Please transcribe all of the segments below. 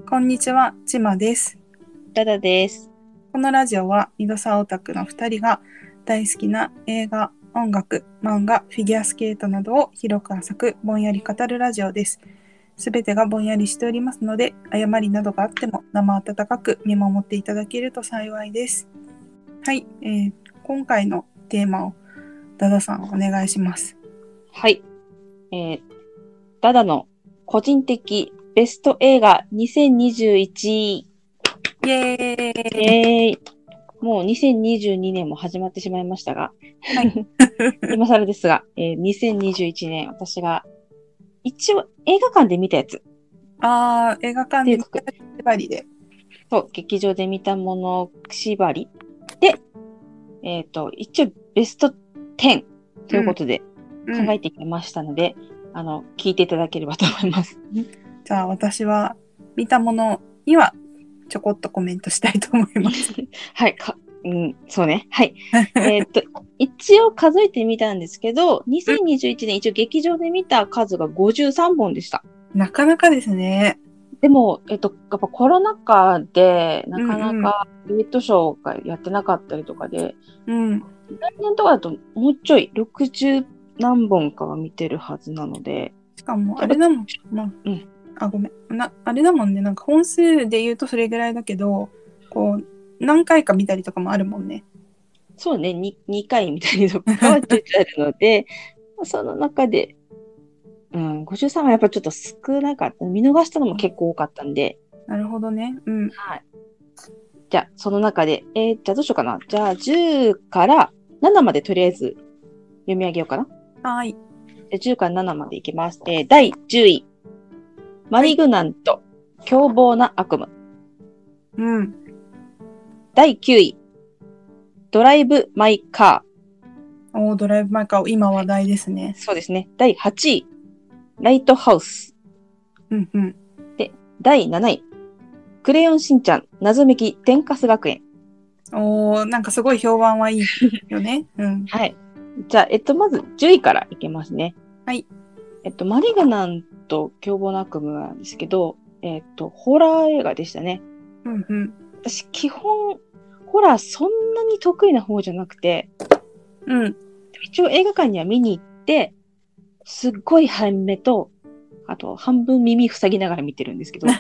こんにちは、ちまです。 ダダです。 このラジオは、ミドサオタクの2人が大好きな映画、音楽、漫画、フィギュアスケートなどを広く浅くぼんやり語るラジオです。すべてがぼんやりしておりますので、誤りなどがあっても生温かく見守っていただけると幸いです。はい、今回のテーマをダダさんお願いします。 はい。ダダの個人的ベスト映画2021。 イエーイ。 もう2022年も始まってしまいましたが、 はい。 今更ですが、2021年私が一応映画館で見たやつっ映画館ていうか、 で見た縛りで。 そう、劇場で見たもの縛りで、一応ベスト10ということで考えてきましたので、聞いていただければと思います。 じゃあ私は見たものにはちょこっとコメントしたいと思います。 はい、そうね。はい。一応数えてみたんですけど、2021年一応劇場で見た数が53本でした。 なかなかですね。 でも、やっぱコロナ禍で、なかなうんうん。 かレッドショーがやってなかったりとかで、 うん。 来年とかだともうちょい60何本かは見てるはずなので、 しかも、あやっぱ、 れだもん。まうん、 ごめん。あれだもんね。なんか本数で言うとそれぐらいだけど、こう、何回か見たりとかもあるもんね。 そうね、2回みたいにとかはちょいちょいあるので、その中で、53はやっぱちょっと少なかった。見逃したのも結構多かったんで。 なるほどね。うん。 はい。じゃあ、その中で、じゃあどうしようかな。じゃあ、10から7までとりあえず読み上げようかな。 はい。 10から7までいきます。第10位。マリグナント、凶暴な悪夢。 うん。 第9位。ドライブ・マイ・カドライブ・マイ・カー、今話題ですー。 ね。 そうですね。第8位。ライトハウス。 うんうん。 で、第7位。クレヨンしんちゃん、謎めき天かす学園。 なんかすごい評判はいいよね。うん。 はい。じゃあ、まず10位からいきますね。 はい。 マリグナント凶暴な悪夢なんですけど、ホラー映画でしたね。 うんうん。 私、基本、ホラーそんなに得意な方じゃなくて、 うん。 一応映画館には見に行って、すっごい半目と、あと半分耳塞ぎながら見てるんですけど、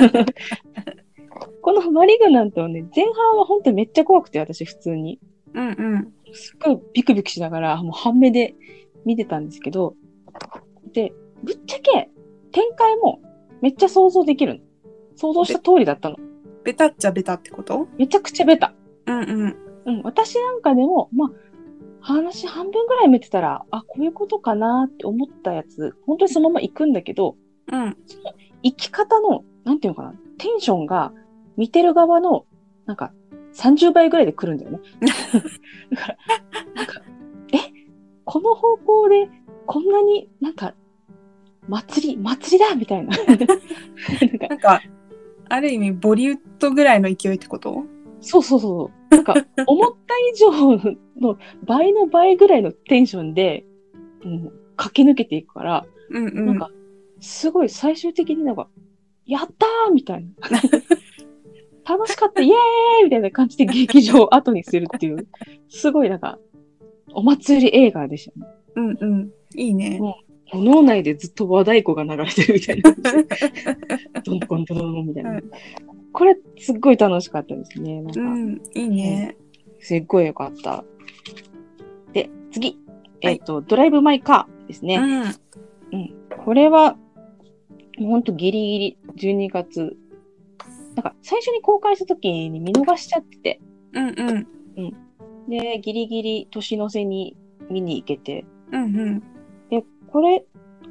このマリグナントはね、前半は本当にめっちゃ怖くて、私普通に。 うんうん。 すっごいビクビクしながら、もう半目で見てたんですけど、で、ぶっちゃけ展開もめっちゃ想像できるの。想像した通りだったの。 ベタっちゃベタってこと？ めちゃくちゃベタ。 うんうん。 私なんかでも、話半分ぐらい見てたら、こういうことかなって思ったやつ、本当にそのまま行くんだけど、 うん。 その生き方の、なんていうのかな、テンションが見てる側の、なんか、30倍ぐらいで来るんだよね。だから、なんか、え、この方向で、こんなになんか、祭りだみたいな。 なんか、ある意味、ボリウッドぐらいの勢いってこと？ そうそうそう。なんか、思った以上の倍の倍ぐらいのテンションで、駆け抜けていくから、 うんうん。 なんか、すごい最終的になんか、やったーみたいな。楽しかったイエーイみたいな感じで劇場を後にするっていう、すごいなんか、お祭り映画でしたね。 うんうん。いいね。 も脳内でずっと和太鼓が流れてるみたいな感じで。ドンコンドンみたいな。 うん、 これ、すっごい楽しかったですね。なんか、 うん、いいね。 すっごい良かった。で、次。 はい。 ドライブ・マイ・カーですね。 うん。 これは、もうほんとギリギリ12月。なんか、最初に公開した時に見逃しちゃってて。 うんうん。 うん。で、ギリギリ年の瀬に見に行けて。 うんうん。 で、これ、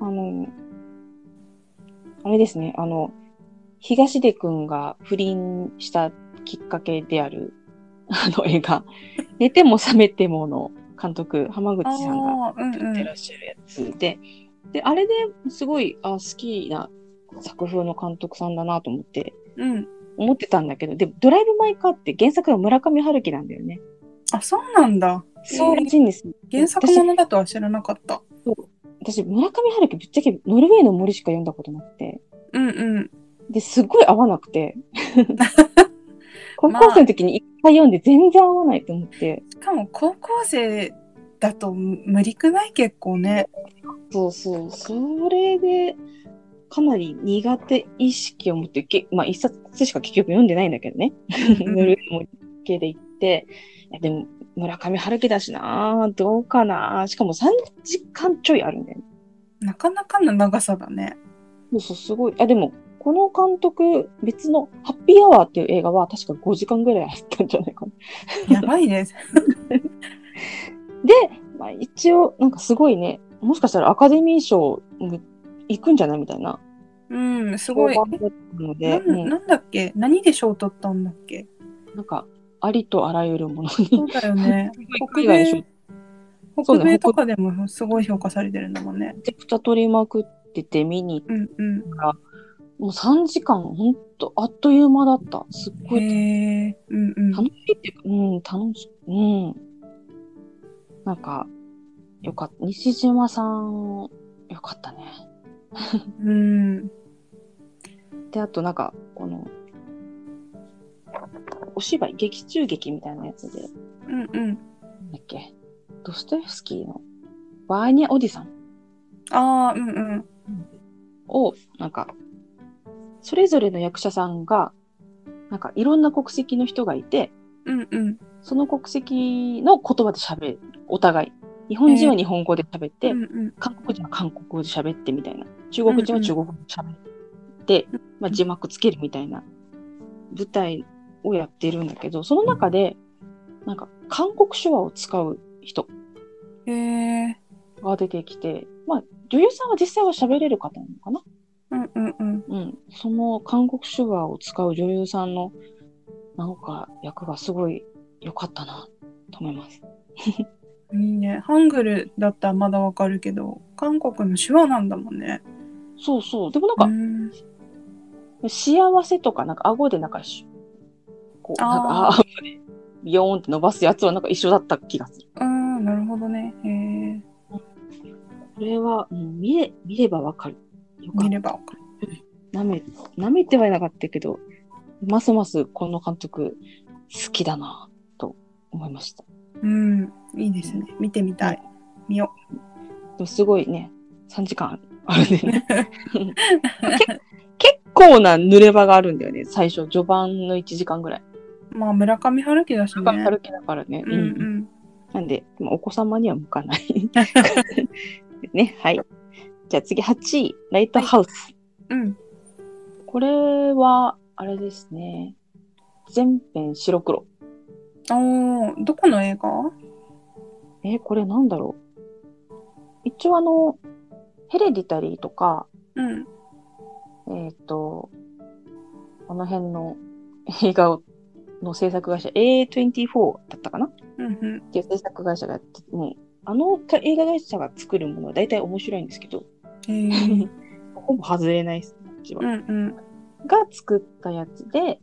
あれですね。東出くんが不倫したきっかけである、映画。寝ても覚めてもの監督、浜あ口さんがあ、うん撮ってうん。 らっしゃるやつで、あれですごい、好きな作風の監督さんだなとうん。 思ってたんだけど、でも、ドライブ・マイ・カーって原作が村上春樹なんだよね。 あ、そうなんだ。 そうらしいんです。 原作ものだとは知らなかった。 そう私、村上春樹ぶっちゃけノルウェーの森しか読んだことなくて、 うんうん。 で、すっごい合わなくて。高校生の時に一回読んで全然合わないと思って。 しかも高校生だと無理くない結構ね。 そうそう。それで、かなり苦手意識を持って、まあ一冊しか結局読んでないんだけどね。ノルウェーも系で行って、いやでも村上春樹だしなどうかなしかも3時間ちょいあるんだよね。 なかなかの長さだね。 そうそう、すごい。でも、この監督、別のハッピーアワーっていう映画は確か5時間ぐらいあったんじゃないかな。 やばいです。 で、まあ、一応、なんかすごいね、もしかしたらアカデミー賞行くんじゃないみたいな。 うん、すごい。 評判だったので、 なんだっけ、何で賞取ったんだっけ。 なんか、ありとあらゆるものに。 そうだよね。北米とかでもすごい評価されてるんだもんね。 めちゃくちゃ撮りまくってて見に行ったら、もう3時間、ほんとあっという間だった。すっごい。楽しいっていうか、楽しい。なんか、よかった。西島さん、よかったね。で、あとなんか、この、お芝居、劇中劇みたいなやつで、なんだっけ、ドストエフスキーのバーニャおじさんを、なんか、それぞれの役者さんが、なんかいろんな国籍の人がいて、その国籍の言葉で喋る。お互い。日本人は日本語で喋って、韓国人は韓国語で喋ってみたいな。中国人は中国語で喋って、まあ、字幕つけるみたいな舞台をやってるんだけど、その中で、なんか韓国手話を使う人が出てきて、まあ、女優さんは実際は喋れる方なのかな。その韓国手話を使う女優さんのなんか役がすごい良かったなと思います。 いいね。ハングルだったらまだわかるけど、韓国の手話なんだもんね。 そうそう。でもなんか、幸せとか、なんか顎でなんか、こう、なんか、ビヨーンって伸ばすやつはなんか一緒だった気がする。 なるほどね。 これは、見ればわかる。 見ればわかる。 舐めてはいなかったけど、ますますこの監督好きだなと思いました。 いいですね。見てみたい。見よう。 でもすごいね、3時間あるんでね。結構な濡れ場があるんだよね、最初、序盤の1時間ぐらい。 まあ、村上春樹だしね。 村上春樹だからね。なんで、お子様には向かない。ね、はい。じゃあ次8位、ライトハウス。これは、あれですね。全編白黒。 どこの映画？ これなんだろう。一応ヘレディタリーとか、この辺の映画の制作会社 A24 だったかな、っていう制作会社がやってて、映画会社が作るものは大体面白いんですけど、ほぼ外れないです、こっちは。が作ったやつで、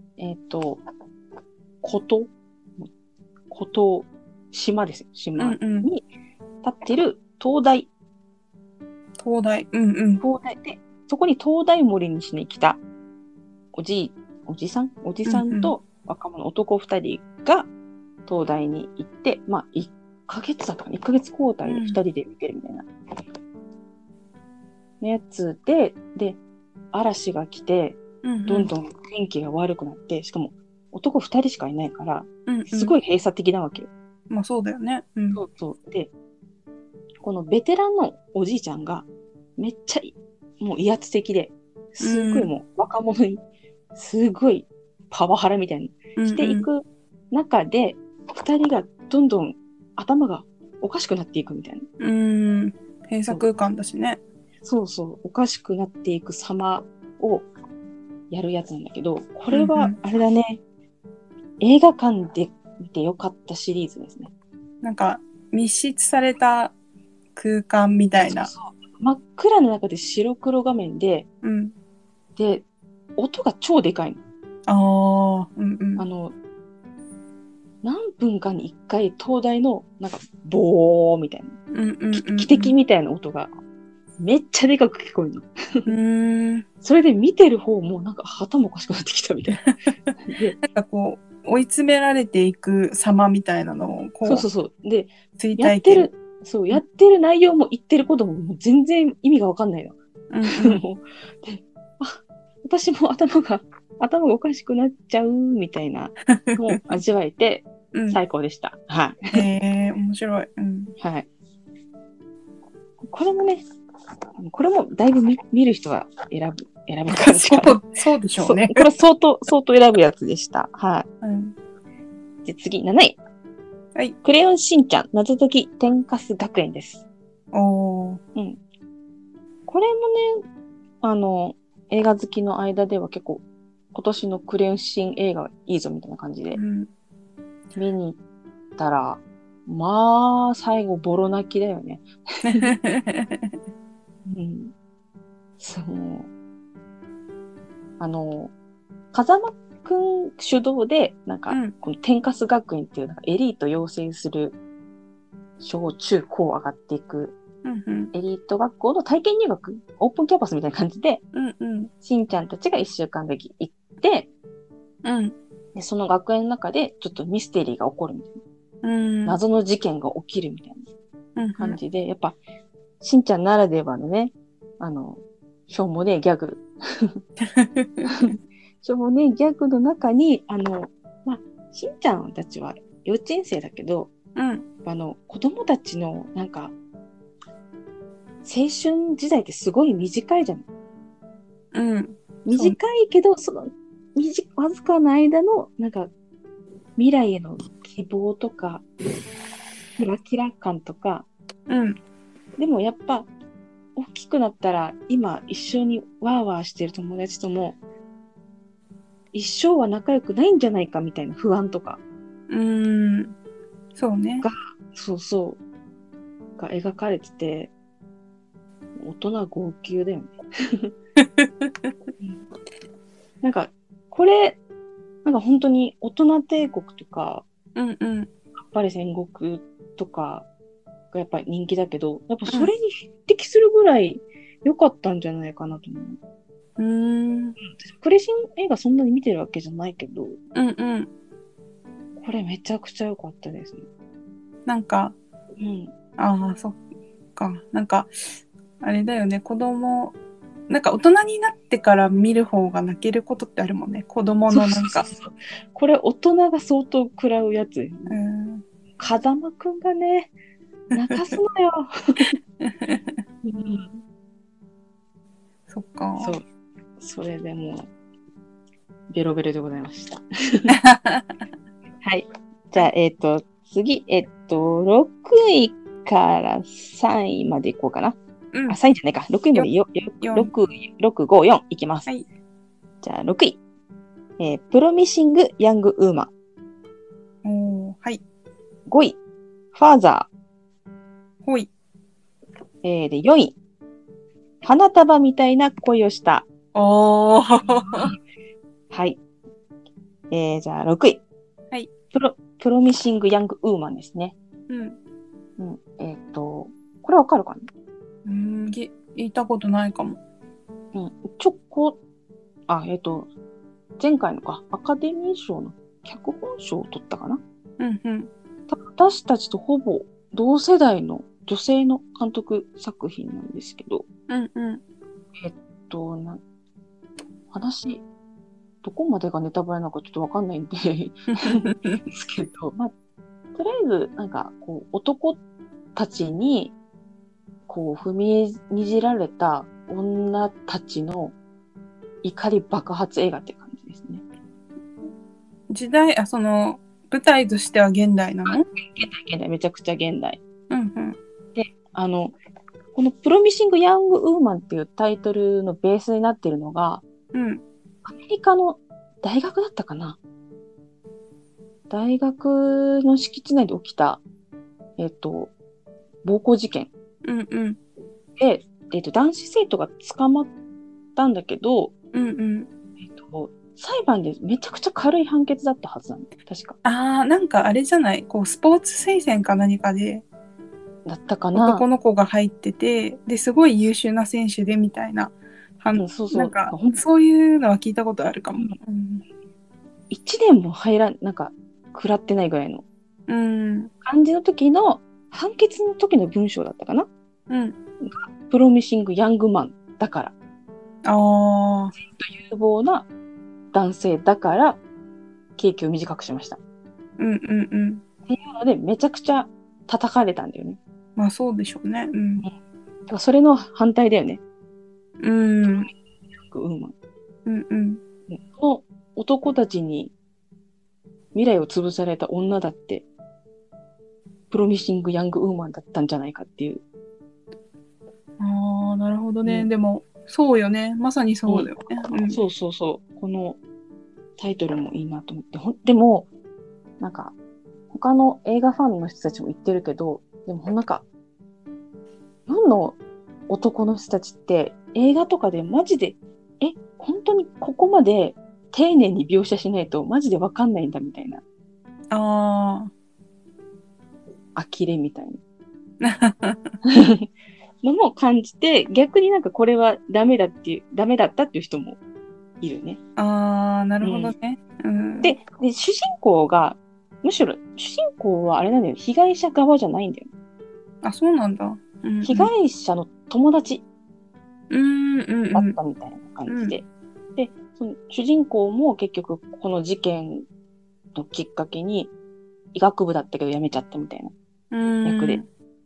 島ですよ。島に立ってる灯台。灯台で、そこに灯台森にしに来たおじさんと若者、男2人が灯台に行って、まあ、1ヶ月だったかな、1ヶ月交代で2人で見てるみたいな。やつで、嵐が来て、どんどん天気が悪くなって、しかも男2人しかいないから、すごい閉鎖的なわけよ。 まあそうだよね。 そうそう。で、このベテランのおじいちゃんがめっちゃもう威圧的で、すごいもう若者にすごいパワハラみたいにしていく中で、2人がどんどん頭がおかしくなっていくみたいな。 閉鎖空間だしね。 そうそう、おかしくなっていく様をやるやつなんだけど、これはあれだね、映画館で見てよかったシリーズですね。 なんか密室された空間みたいな。 そう真っ暗の中で白黒画面で、で音が超でかいの。何分かに1回灯台のなんかボーみたいな、汽笛みたいな音がめっちゃでかく聞こえるの。それで見てる方もなんか頭おかしくなってきたみたいな。でなんかこう、追い詰められていく様みたいなのを、こう、 そう。で、 追やっ体験。 てる、やってる内容も言ってることももう全然意味がわかんないの。もうで、私も頭がおかしくなっちゃうみたいなのを味わえて最高でした。はい。 面白い。 はい。これもね、これもだいぶ見る人は選ぶ感じかな。 そうでしょうね。 これ相当選ぶやつでした。はい。で、次、7位。 はい。 クレヨンしんちゃん、謎解き天かす学園です。 これもね、映画好きの間では結構、今年のクレヨンしん映画いいぞみたいな感じで、見に行ったら、まあ、最後、ボロ泣きだよね。そう。風間くん主導で、なんか、この天かす学園っていう、なんかエリート養成する、小中高上がっていく、エリート学校の体験入学、オープンキャンパスみたいな感じで、しんちゃんたちが1週間だけ行って、でその学園の中でちょっとミステリーが起こるみたいな。謎の事件が起きるみたいな感じで、やっぱ、しんちゃんならではのね、しょうもねえギャグ。しょうもねえギャグの中に、しんちゃんたちは幼稚園生だけど、子供たちの、なんか、青春時代ってすごい短いじゃん。短いけど、その、わずかな間の、なんか、未来への希望とか、キラキラ感とか、でもやっぱ、大きくなったら、今一緒にワーワーしてる友達とも、一生は仲良くないんじゃないかみたいな不安とか。 そうね。 が描かれてて、大人号泣だよね。なんか、これ、なんか本当に大人帝国とか、やっぱり戦国とかがやっぱり人気だけど、やっぱそれに匹敵するぐらい良かったんじゃないかなと思う。クレシン映画そんなに見てるわけじゃないけど、これめちゃくちゃ良かったですね。 なんか、そっか。なんか、あれだよね、なんか大人になってから見る方が泣けることってあるもんね。子供のなんか。 これ大人が相当食らうやつ。風間くんがね、泣かすのよ。 そっか。 それでもう、ベロベロでございました。はい。じゃあ、次、6位から3位までいこうかな。3位じゃないか。6位まで6、5、4いきます。じゃあ、6位。プロミシング・ヤング・ウーマン。5位。ファーザー。 で、4位。花束みたいな恋をした。はい。じゃあ、6位。プロミシング・ヤング・ウーマンですね。これわかるかな？ 聞いたことないかも。 前回のアカデミー賞の脚本賞を取ったかな？私たちとほぼ同世代の女性の監督作品なんですけど、話、どこまでがネタバレなのかちょっとわかんないんでですけど、とりあえず、なんか、こう、男たちに、こう、踏みにじられた女たちの怒り爆発映画って感じですね。 舞台としては現代なの？ 現代、めちゃくちゃ現代。で、このプロミシング・ヤング・ウーマンっていうタイトルのベースになってるのが、アメリカの大学だったかな？大学の敷地内で起きた、暴行事件。で、男子生徒が捕まったんだけど、裁判でめちゃくちゃ軽い判決だったはずなんだよ、確か。 なんかあれじゃない？こう、スポーツ推薦か何かで。 だったかな。 男の子が入ってて、ですごい優秀な選手でみたいな、 そうそう。 なんかそういうのは聞いたことあるかも。 1年もなんか、食らってないぐらいの感じの時の、判決の時の文章だったかな。プロミシング・ヤングマンだから。有望な男性だから、刑期を短くしました。っていうので、めちゃくちゃ叩かれたんだよね。 まあそうでしょうね。 それの反対だよね。この男たちに未来を潰された女だって、プロミシング・ヤング・ウーマンだったんじゃないかっていう。 ああ、なるほどね。でも、そうよね。まさにそうだよね。 そうそうそう。このタイトルもいいなと思って。でも、なんか、他の映画ファンの人たちも言ってるけど、でもなんか、世の男の人たちって映画とかでマジで、本当にここまで丁寧に描写しないとマジでわかんないんだみたいな。呆れみたいな。のも感じて、逆になんかこれはダメだったっていう人もいるね。 なるほどね。 で、主人公が、むしろ主人公はあれなんだよ。被害者側じゃないんだよ。 あ、そうなんだ。 被害者の友達だったみたいな感じで。で、その主人公も結局この事件のきっかけに医学部だったけど辞めちゃったみたいな役で。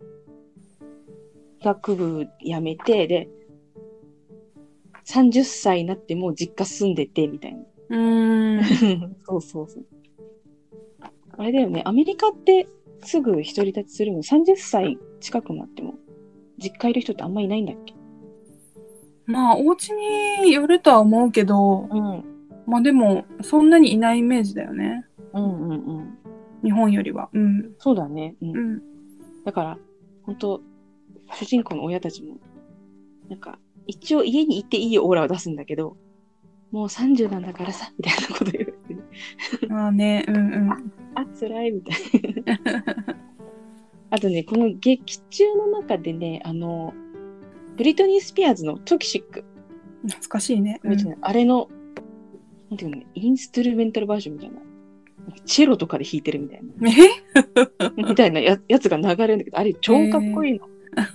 医学部辞めて、で、30歳になってもう実家住んでてみたいな。そうそうそう。あれだよね、アメリカってすぐ独り立ちするの30歳近くなっても実家いる人ってあんまいないんだっけ？ まあ、お家によるとは思うけど、まあでも、そんなにいないイメージだよね。日本よりは。 そうだね。だから、本当主人公の親たちも、なんか、一応家に行っていいオーラを出すんだけど、もう30なんだからさ、みたいなこと言う。 まあね、 辛いみたいな。あとね、この劇中の中でね、ブリトニー・スピアーズのトキシック。 懐かしいね。 あれの、なんていうのね、インストゥルメンタルバージョンみたいな。チェロとかで弾いてるみたいな。みたいなやつが流れるんだけど、あれ超かっこいいの。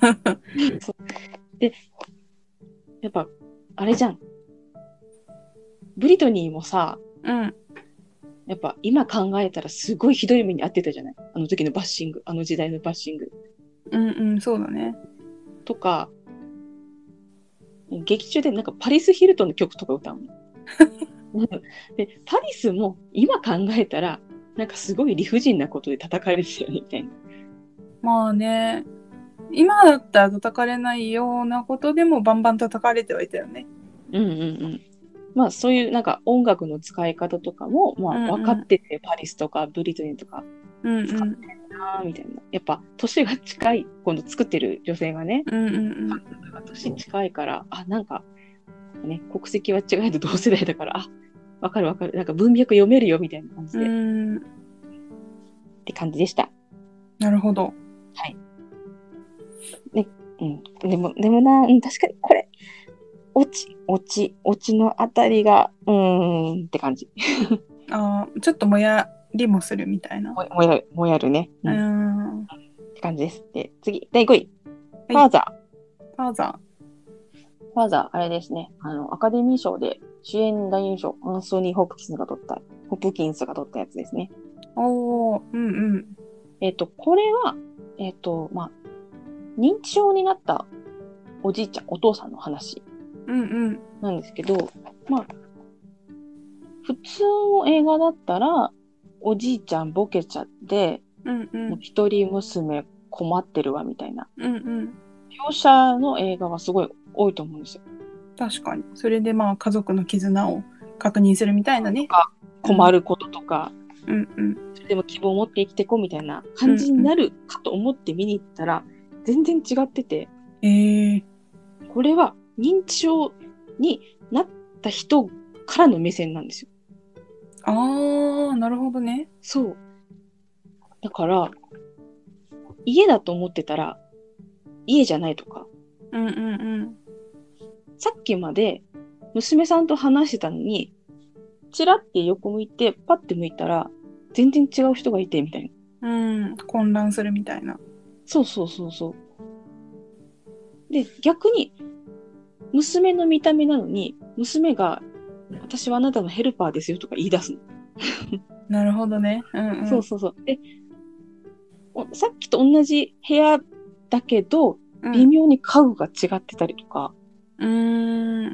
で、やっぱ、あれじゃん。ブリトニーもさ、やっぱ今考えたらすごいひどい目に遭ってたじゃない？あの時のバッシング、あの時代のバッシング。 そうだね。 とか、劇中でなんかパリス・ヒルトンの曲とか歌うの。で、パリスも今考えたら、なんかすごい理不尽なことで叩かれてたよね、みたいな。 まあね、今だったら叩かれないようなことでもバンバン叩かれてはいたよね。 まあそういうなんか音楽の使い方とかも、まあ分かってて、パリスとかブリトニーとか使ってるなみたいな。やっぱ年が近い、今度作ってる女性がね、年近いから、なんかね、国籍は違えど同世代だから、わかる。なんか文脈読めるよみたいな感じで。って感じでした。 なるほど。 はい。でもな、確かにこれ、落ちのあたりが、って感じ。 ちょっともやりもするみたいな。 もやるね。って感じです。で、次、第5位。ファーザー、あれですね。アカデミー賞で主演男優賞、アンソニー・ホプキンスが取ったやつですね。これは、まあ、認知症になったおじいちゃん、お父さんの話なんですけど、まあ、普通の映画だったら、おじいちゃんボケちゃって、一人娘困ってるわみたいな、描写の映画がすごい多いと思うんですよ。 確かに。それでまあ家族の絆を確認するみたいなね。 困ることとか、それでも希望を持って生きていこうみたいな感じになるかと思って見に行ったら、全然違ってて、これは認知症になった人からの目線なんですよ。 なるほどね。 そう。だから、 家だと思ってたら、家じゃないとか、 うんうんさっきまで娘さんと話してたのに、チラって横向いて、パッて向いたら、全然違う人がいて、みたいな。 うん。うん。混乱するみたいな。 そうそうそうそう。で、逆に、娘の見た目なのに、娘が、私はあなたのヘルパーですよとか言い出すの。 なるほどね。うんうん。 そうそうそう。で、さっきと同じ部屋だけど、微妙に家具が違ってたりとか、 うん。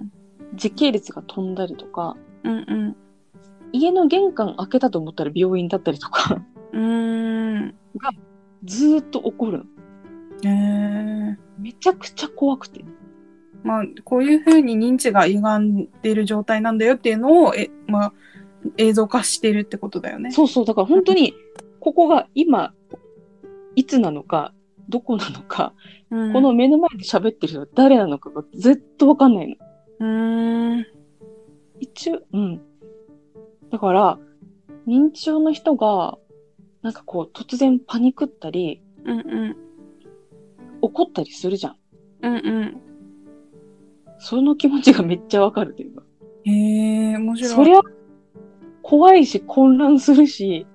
時系列が飛んだりとか、 うん家の玄関開けたと思ったら病院だったりとかうん。 がずーっと起こるの。めちゃくちゃ怖くて。 まあ、こういうふうに認知が歪んでる状態なんだよっていうのを、まあ、映像化してるってことだよね。 そうそう。だから本当に、ここが今、いつなのか、どこなのか、 うん、 この目の前で喋ってる人が誰なのかがずっとわかんないの。一応、だから、認知症の人が、なんかこう、突然パニクったり、怒ったりするじゃん。その気持ちがめっちゃわかるというか。 へえ、面白い。 そりゃ、怖いし、混乱するし、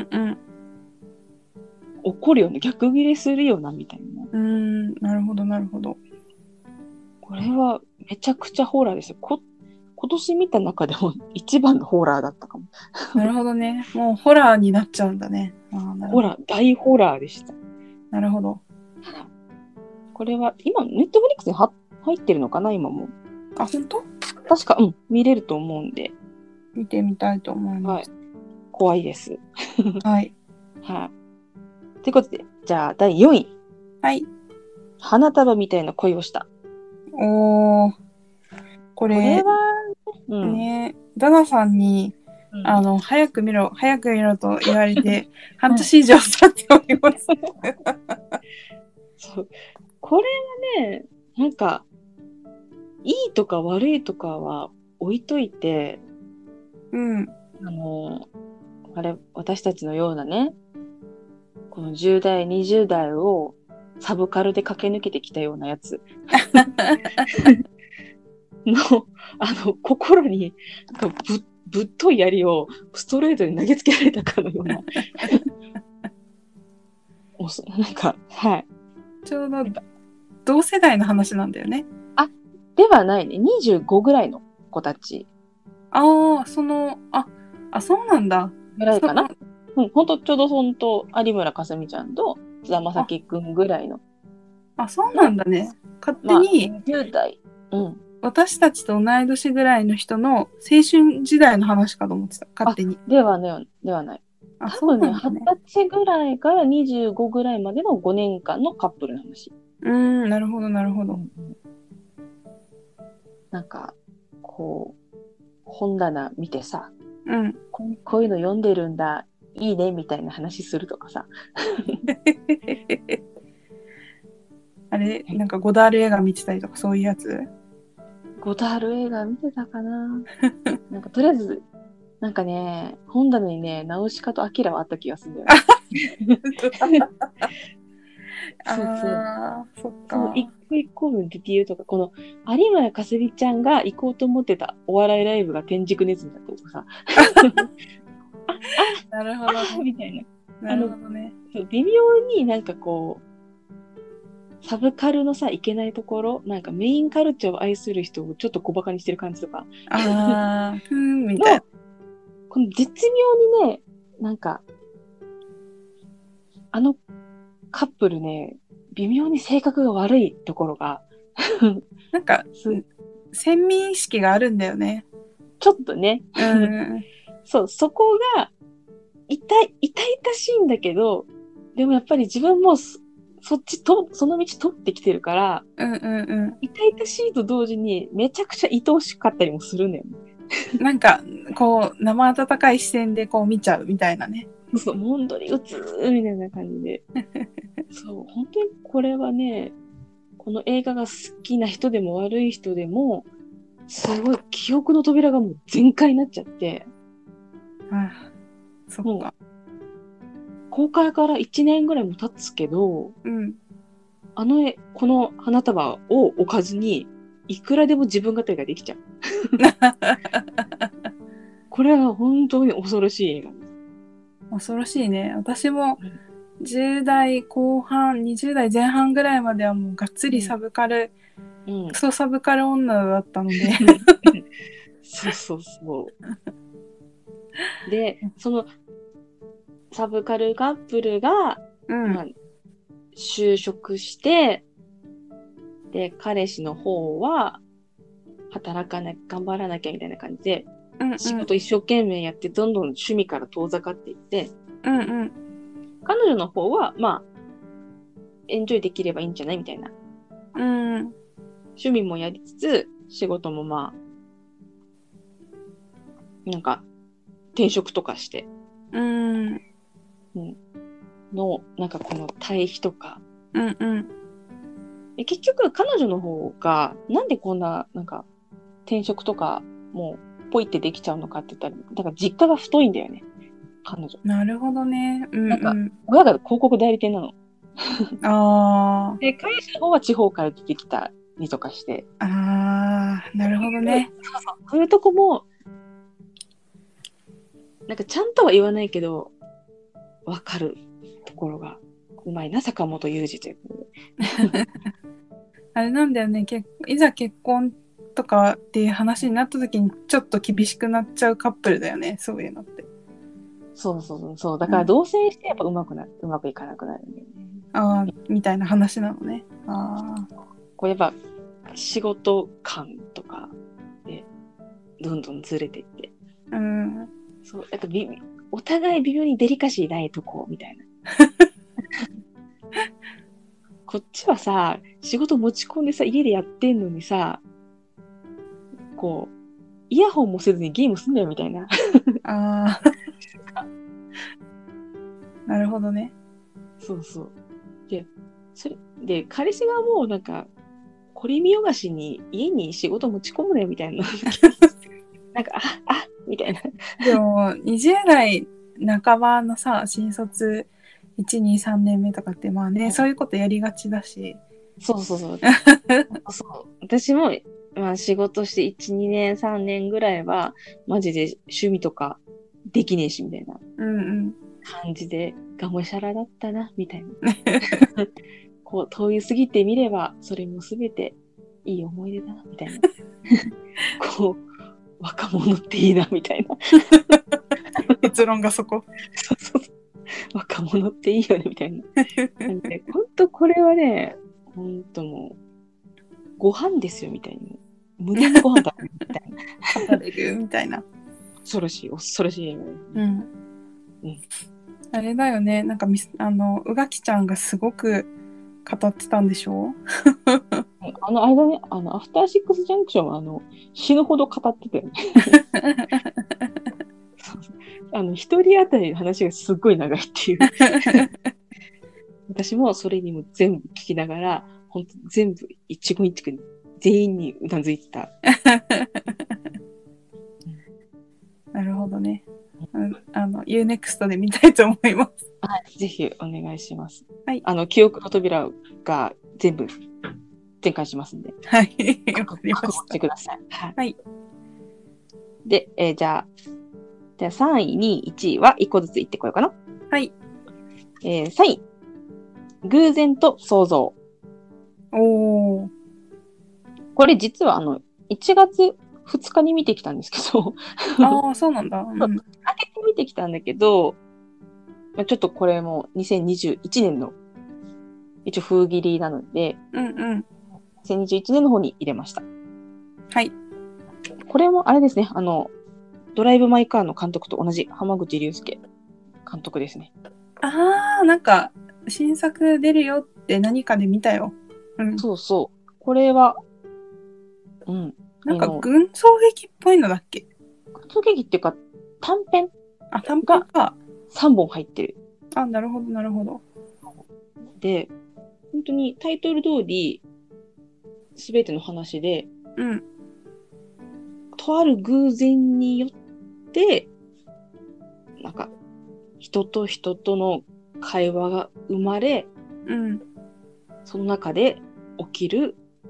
怒るよね。逆ギレするよな、みたいな。 なるほど、なるほど。 これはめちゃくちゃホラーですよ。今年見た中でも一番のホラーだったかも。 なるほどね。もうホラーになっちゃうんだね。 ホラー、大ホラーでした。 なるほど。 これは、今、ネットフリックスに入ってるのかな、今も。 あ、本当？ 確か、見れると思うんで。 見てみたいと思います。 はい。怖いです。 はい。 はい。ということで、じゃあ、第4位。 はい。 花束みたいな恋をした。 おー。これは、 ね、ダナさんに、早く見ろと言われて、半年以上経っております。 そう。これはね、なんか、いいとか悪いとかは置いといて、私たちのようなね、この10代、20代をサブカルで駆け抜けてきたようなやつの、心に、なんかぶっとい槍をストレートに投げつけられたかのような。なんか、はい。 ちょうど同世代の話なんだよね。 ではないね。25ぐらいの子たち。 そうなんだ。 ぐらいかな。ほんとちょうど有村架純ちゃんと津田正樹くんぐらいの。 そうなんだね。勝手に、 20代。 私たちと同い年ぐらいの人の青春時代の話かと思ってた。勝手に。 ではない。多分ね、20歳ぐらいから25ぐらいまでの5年間のカップルの話。 なるほど、なるほど。 なんか、こう、本棚見てさ、 こういうの読んでるんだ、いいね、みたいな話するとかさ。 あれ、なんかゴダール映画見てたりとかそういうやつ？ ゴダール映画見てたかななんかとりあえず、なんかね、本棚にね、ナウシカとアキラはあった気がするんだよね。 そっか。 一個一個のディティールとか、この有村架純ちゃんが行こうと思ってたお笑いライブが天竺ネズミだったとかさ。 なるほど、ね。 みたいな。 なるほどね。 微妙になんかこう、サブカルのさ、いけないところ、なんかメインカルチャーを愛する人をちょっと小馬鹿にしてる感じとか。 みたいな。 この絶妙にね、なんか、カップルね、微妙に性格が悪いところが。 なんか、先民意識があるんだよね。 ちょっとね。そう、そこが、痛々しいんだけど、でもやっぱり自分もその道取ってきてるから、痛々しいと同時にめちゃくちゃ愛おしかったりもするんだよね。 なんか、こう、生温かい視線でこう見ちゃうみたいなね。 そう、本当にうつーみたいな感じで。そう、本当にこれはね、この映画が好きな人でも悪い人でも、すごい記憶の扉がもう全開になっちゃって。 そっか。 公開から1年ぐらいも経つけど、 うん。 この花束を置かずに、いくらでも自分語りができちゃう。これは本当に恐ろしい映画です。 恐ろしいね。私も10代後半、20代前半ぐらいまではもうがっつりサブカル、クソサブカル女だったので。 そうそうそう。で、そのサブカルカップルが、まあ、就職して、で、彼氏の方は、頑張らなきゃみたいな感じで、仕事一生懸命やって、どんどん趣味から遠ざかっていって、彼女の方は、まあ、エンジョイできればいいんじゃないみたいな。趣味もやりつつ、仕事もまあ、なんか、転職とかして、なんかこの対比とか。結局、彼女の方が、なんでこんな、なんか、転職とか、もう、ポイってできちゃうのかって言ったら、だから実家が太いんだよね。彼女。 なるほどね。 なんか、親が広告代理店なの。で、彼氏の方は地方から出てきたりとかして。 なるほどね。 そういうとこも、なんかちゃんとは言わないけど、わかるところがうまいな、坂本雄二ということで。 あれなんだよね、いざ結婚とかっていう話になった時にちょっと厳しくなっちゃうカップルだよね、そういうのって。 そう。だから同棲してやっぱうまくいかなくなるんだよね。 みたいな話なのね。 これやっぱ仕事感とかでどんどんずれていって。そう、なんかお互い微妙にデリカシーないとこみたいな。こっちはさ、仕事持ち込んでさ、家でやってんのにさ、こう、イヤホンもせずにゲームすんだよみたいな。 なるほどね。 そう。で、彼氏がもうなんか、これ見よがしに家に仕事持ち込むねみたいな。なんか、みたいな。 でも、20代半ばのさ、新卒1、2、3年目とかって、まあね、そういうことやりがちだし。 そう。私も、まあ仕事して1、2年、3年ぐらいは、マジで趣味とかできねえし、みたいな感じで、がむしゃらだったな、みたいな。こう、通り過ぎてみれば、それもすべていい思い出だな、みたいな。こう、若者っていいな、みたいな。 結論がそこ。 そう。若者っていいよね、みたいな。本当これはね、本当もう、ご飯ですよ、みたいな。無限にご飯食べるみたいな。 語れるみたいな。 恐ろしい映画です。 あれだよね、なんか宇垣ちゃんがすごく語ってたんでしょ間ね、アフターシックスジャンクションは、死ぬほど語ってたよね。一人当たりの話がすっごい長いっていう。私もそれにも全部聞きながら、本当全部一言一句全員にうなずいてた。 なるほどね。Unext で見たいと思います。 はい、ぜひお願いします。 はい。 記憶の扉が全部展開しますんで。 はい。わかりました。 してください。 はい。 で、じゃあ3位、2位、1位は1個ずつ言ってこようかな。 はい。 3位。偶然と想像。これ実は1月2日に見てきたんですけど。 そうなんだ。 開けて見てきたんだけど、ちょっとこれも2021年の一応封切りなので、2021年の方に入れました。 はい。 これもあれですね、ドライブ・マイ・カーの監督と同じ濱口竜介監督ですね。 なんか新作出るよって何かで見たよ。 そう。これは、 なんか群像劇っぽいのだっけ？ 群像劇っていうか短編短編か。 3本入ってる。 なるほど、なるほど。 で、本当にタイトル通り、すべての話で、とある偶然によって、なんか、人と人との会話が生まれ、 うんその中で起きる、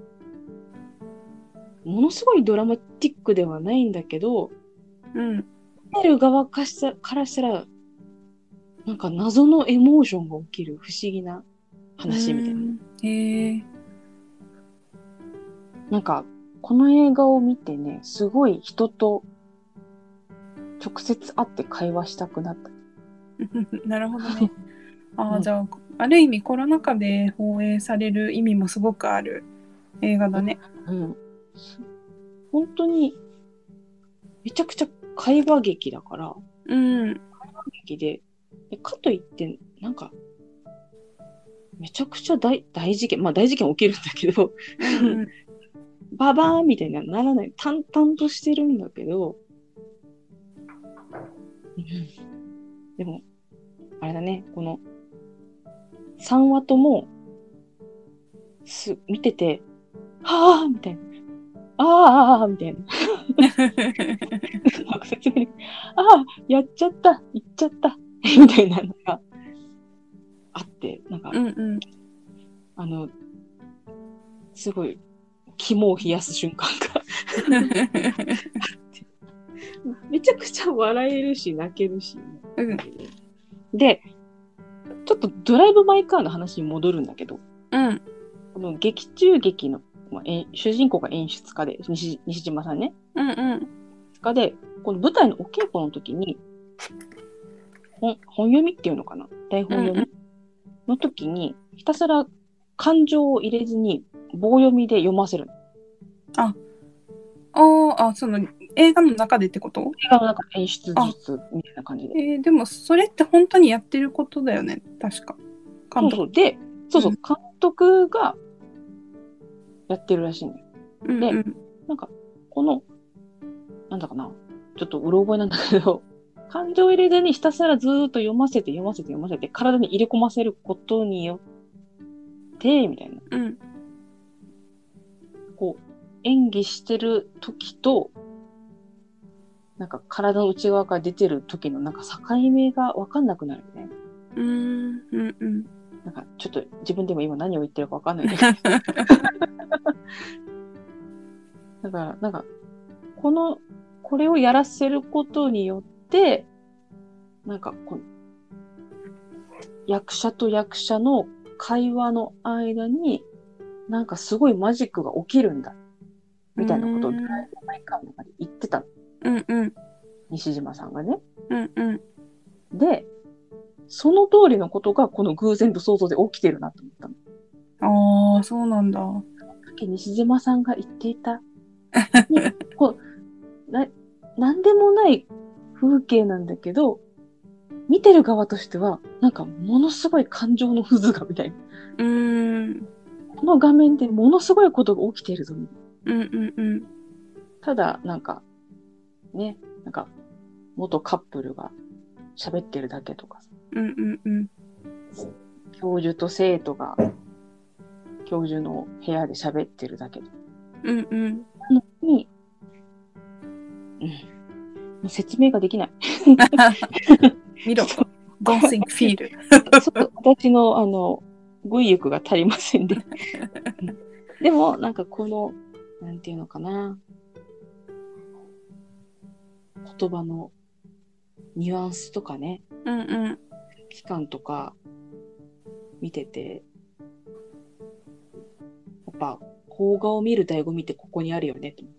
ものすごいドラマティックではないんだけど、 うん見てる側からしたら、なんか謎のエモーションが起きる不思議な話みたいな。 へえ。 なんか、この映画を見てね、すごい人と直接会って会話したくなった。 なるほどね。 うんじゃあ、ある意味コロナ禍で放映される意味もすごくある映画だね。 うん。本当に、めちゃくちゃ会話劇だから、 うん。 劇で、かといって、なんか、めちゃくちゃ大事件、まあ大事件起きるんだけど、 うんババーンみたいにはならない。淡々としてるんだけど、でも、あれだね、この3話とも、見てて、はぁーみたいな。ああみたいな。なんか説明で、ああ、やっちゃった、言っちゃった、みたいなのがあって、なんか、 うんうん。 すごい、肝を冷やす瞬間がめちゃくちゃ笑えるし、泣けるし、 うん。 で、ちょっとドライブ・マイ・カーの話に戻るんだけど、 うんこの劇中劇の、主人公が演出家で、西島さんね、 うん家で、この舞台のお稽古の時に、本読みっていうのかな、台本読みの時に、ひたすら感情を入れずに棒読みで読ませる。 その映画の中でってこと？ 映画の中で演出術みたいな感じで。 でもそれって本当にやってることだよね、確か。監督。 で、監督がやってるらしいんだよ。で、なんか、この、なんだかな、ちょっとうろ覚えなんだけど、感情を入れずにひたすらずーっと読ませて、体に入れ込ませることによって、みたいな。こう、演技してる時と、なんか体の内側から出てる時のなんか境目がわかんなくなるよね。なんかちょっと自分でも今何を言ってるかわかんないけど。だからなんかこれをやらせることによって、なんか役者と役者の会話の間になんかすごいマジックが起きるんだみたいなことをドライブ・マイ・カーの中で言ってたの。西島さんがね。で、その通りのことがこの偶然と想像で起きてるなと思ったの。 そうなんだ。 西島さんが言っていたなんでもない風景なんだけど、見てる側としてはなんかものすごい感情の渦がみたいな。この画面でものすごいことが起きているぞ。ただなんかね、なんか元カップルが喋ってるだけとかさ、教授と生徒が教授の部屋で喋ってるだけとか、もう説明ができない。 見ろ。Don't think, feel. 私の語彙力が足りませんで。でもなんかこのなんていうのかな、言葉のニュアンスとかね、期間とか見てて、やっぱ邦画を見る醍醐味ってここにあるよねと思った。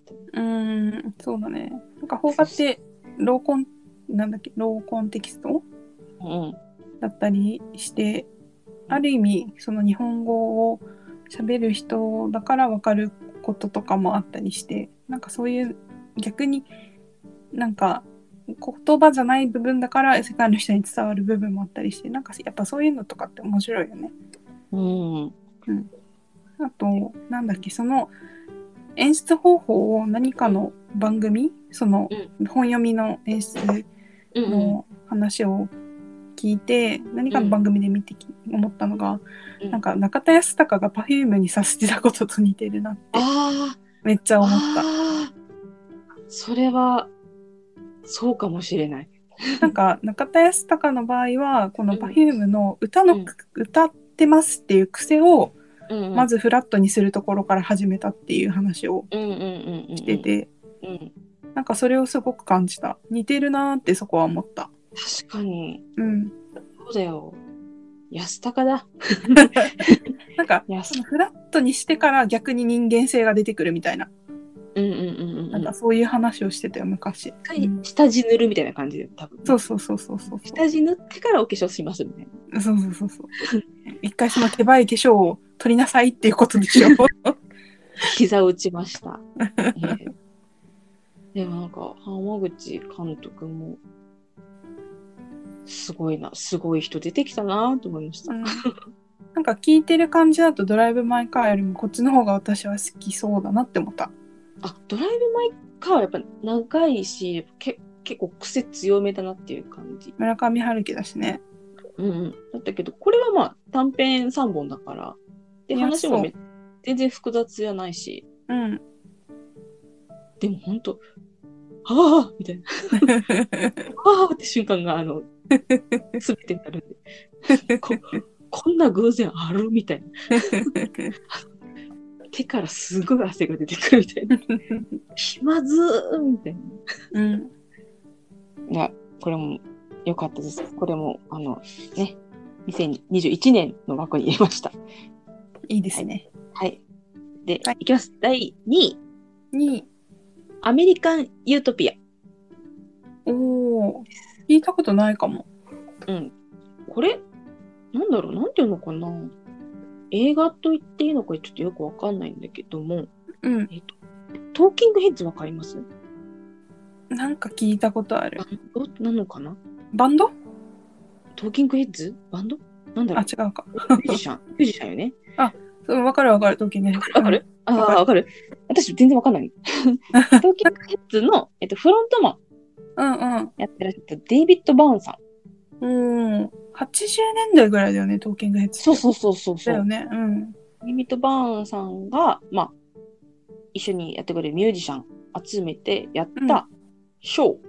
そうだね。なんか邦画ってローコンテキスト、だったりして、ある意味その日本語を喋る人だから分かることとかもあったりして、なんかそういう逆になんか言葉じゃない部分だから世界の人に伝わる部分もあったりして、なんかやっぱそういうのとかって面白いよね。あとなんだっけ、その演出方法を何かの番組、その本読みの演出の話を聞いて、何かの番組で見て思ったのが、なんか中田泰孝が Perfume にさせてたことと似てるなってめっちゃ思った。 それはそうかもしれない。 なんか中田泰孝の場合はこのうん Perfume のうん歌ってますっていう癖をうんうんまずフラットにするところから始めたっていう話をうんうんうんしてて、 うんうん。 なんかそれをすごく感じた。似てるなーってそこは思った。 確かに。 うん。 そうだよ。安高だ。 なんかそ安。 のフラットにしてから逆に人間性が出てくるみたいな、 うんうんうんうんうん。 なんかそういう話をしてたよ昔。 下地塗るみたいな感じで、多分ね。 そうそうそうそうそう下地塗ってからお化粧しますみたいな。 そうそうそうそう。一回その手早い化粧を取りなさいっていうことでしょ。 膝を打ちました。でもなんか、浜口監督も、すごいな、すごい人出てきたなと思いました。 うん、なんか聞いてる感じだとドライブ・マイ・カーよりもこっちの方が私は好きそうだなって思った。 あ、ドライブ・マイ・カーはやっぱ長いし、結構癖強めだなっていう感じ。 村上春樹だしね。 うんうん。だったけど、これはまあ短編3本だから、で、話も全然複雑じゃないし、 うん。 でも本当ああみたいな。ああって瞬間が、すべてになるんで。こんな偶然あるみたいな。手からすごい汗が出てくるみたいな。気まずーみたいな。 うん。 いや、これも良かったです。これも、ね、2021年の枠に入れました。 いいですね。 はい。で、 はい、 いきます。第2位。 2位。 アメリカン・ユートピア。 おー。聞いたことないかも。 うん。これ、なんだろう、なんていうのかな。映画と言っていいのかちょっとよくわかんないんだけども、 うん。 トーキングヘッズわかります？ なんか聞いたことある。 バンドなのかな？ バンド？ トーキングヘッズ？バンドなんだろう？ あ、違うか。 ミュージシャンよね。 あ、そう、わかるわかる、トーキングヘッズ。 わかる？ああ、わかる。私全然わかんない。トーキングヘッズの、フロントマンうんうん。 やってらっしゃったデイビッド・バーンさん。 うん。80年代ぐらいだよね、トーキングヘッズって。 そう。 だよね。うん。 デイビッド・バーンさんが、まあ、一緒にやってくれるミュージシャン集めてやったショー。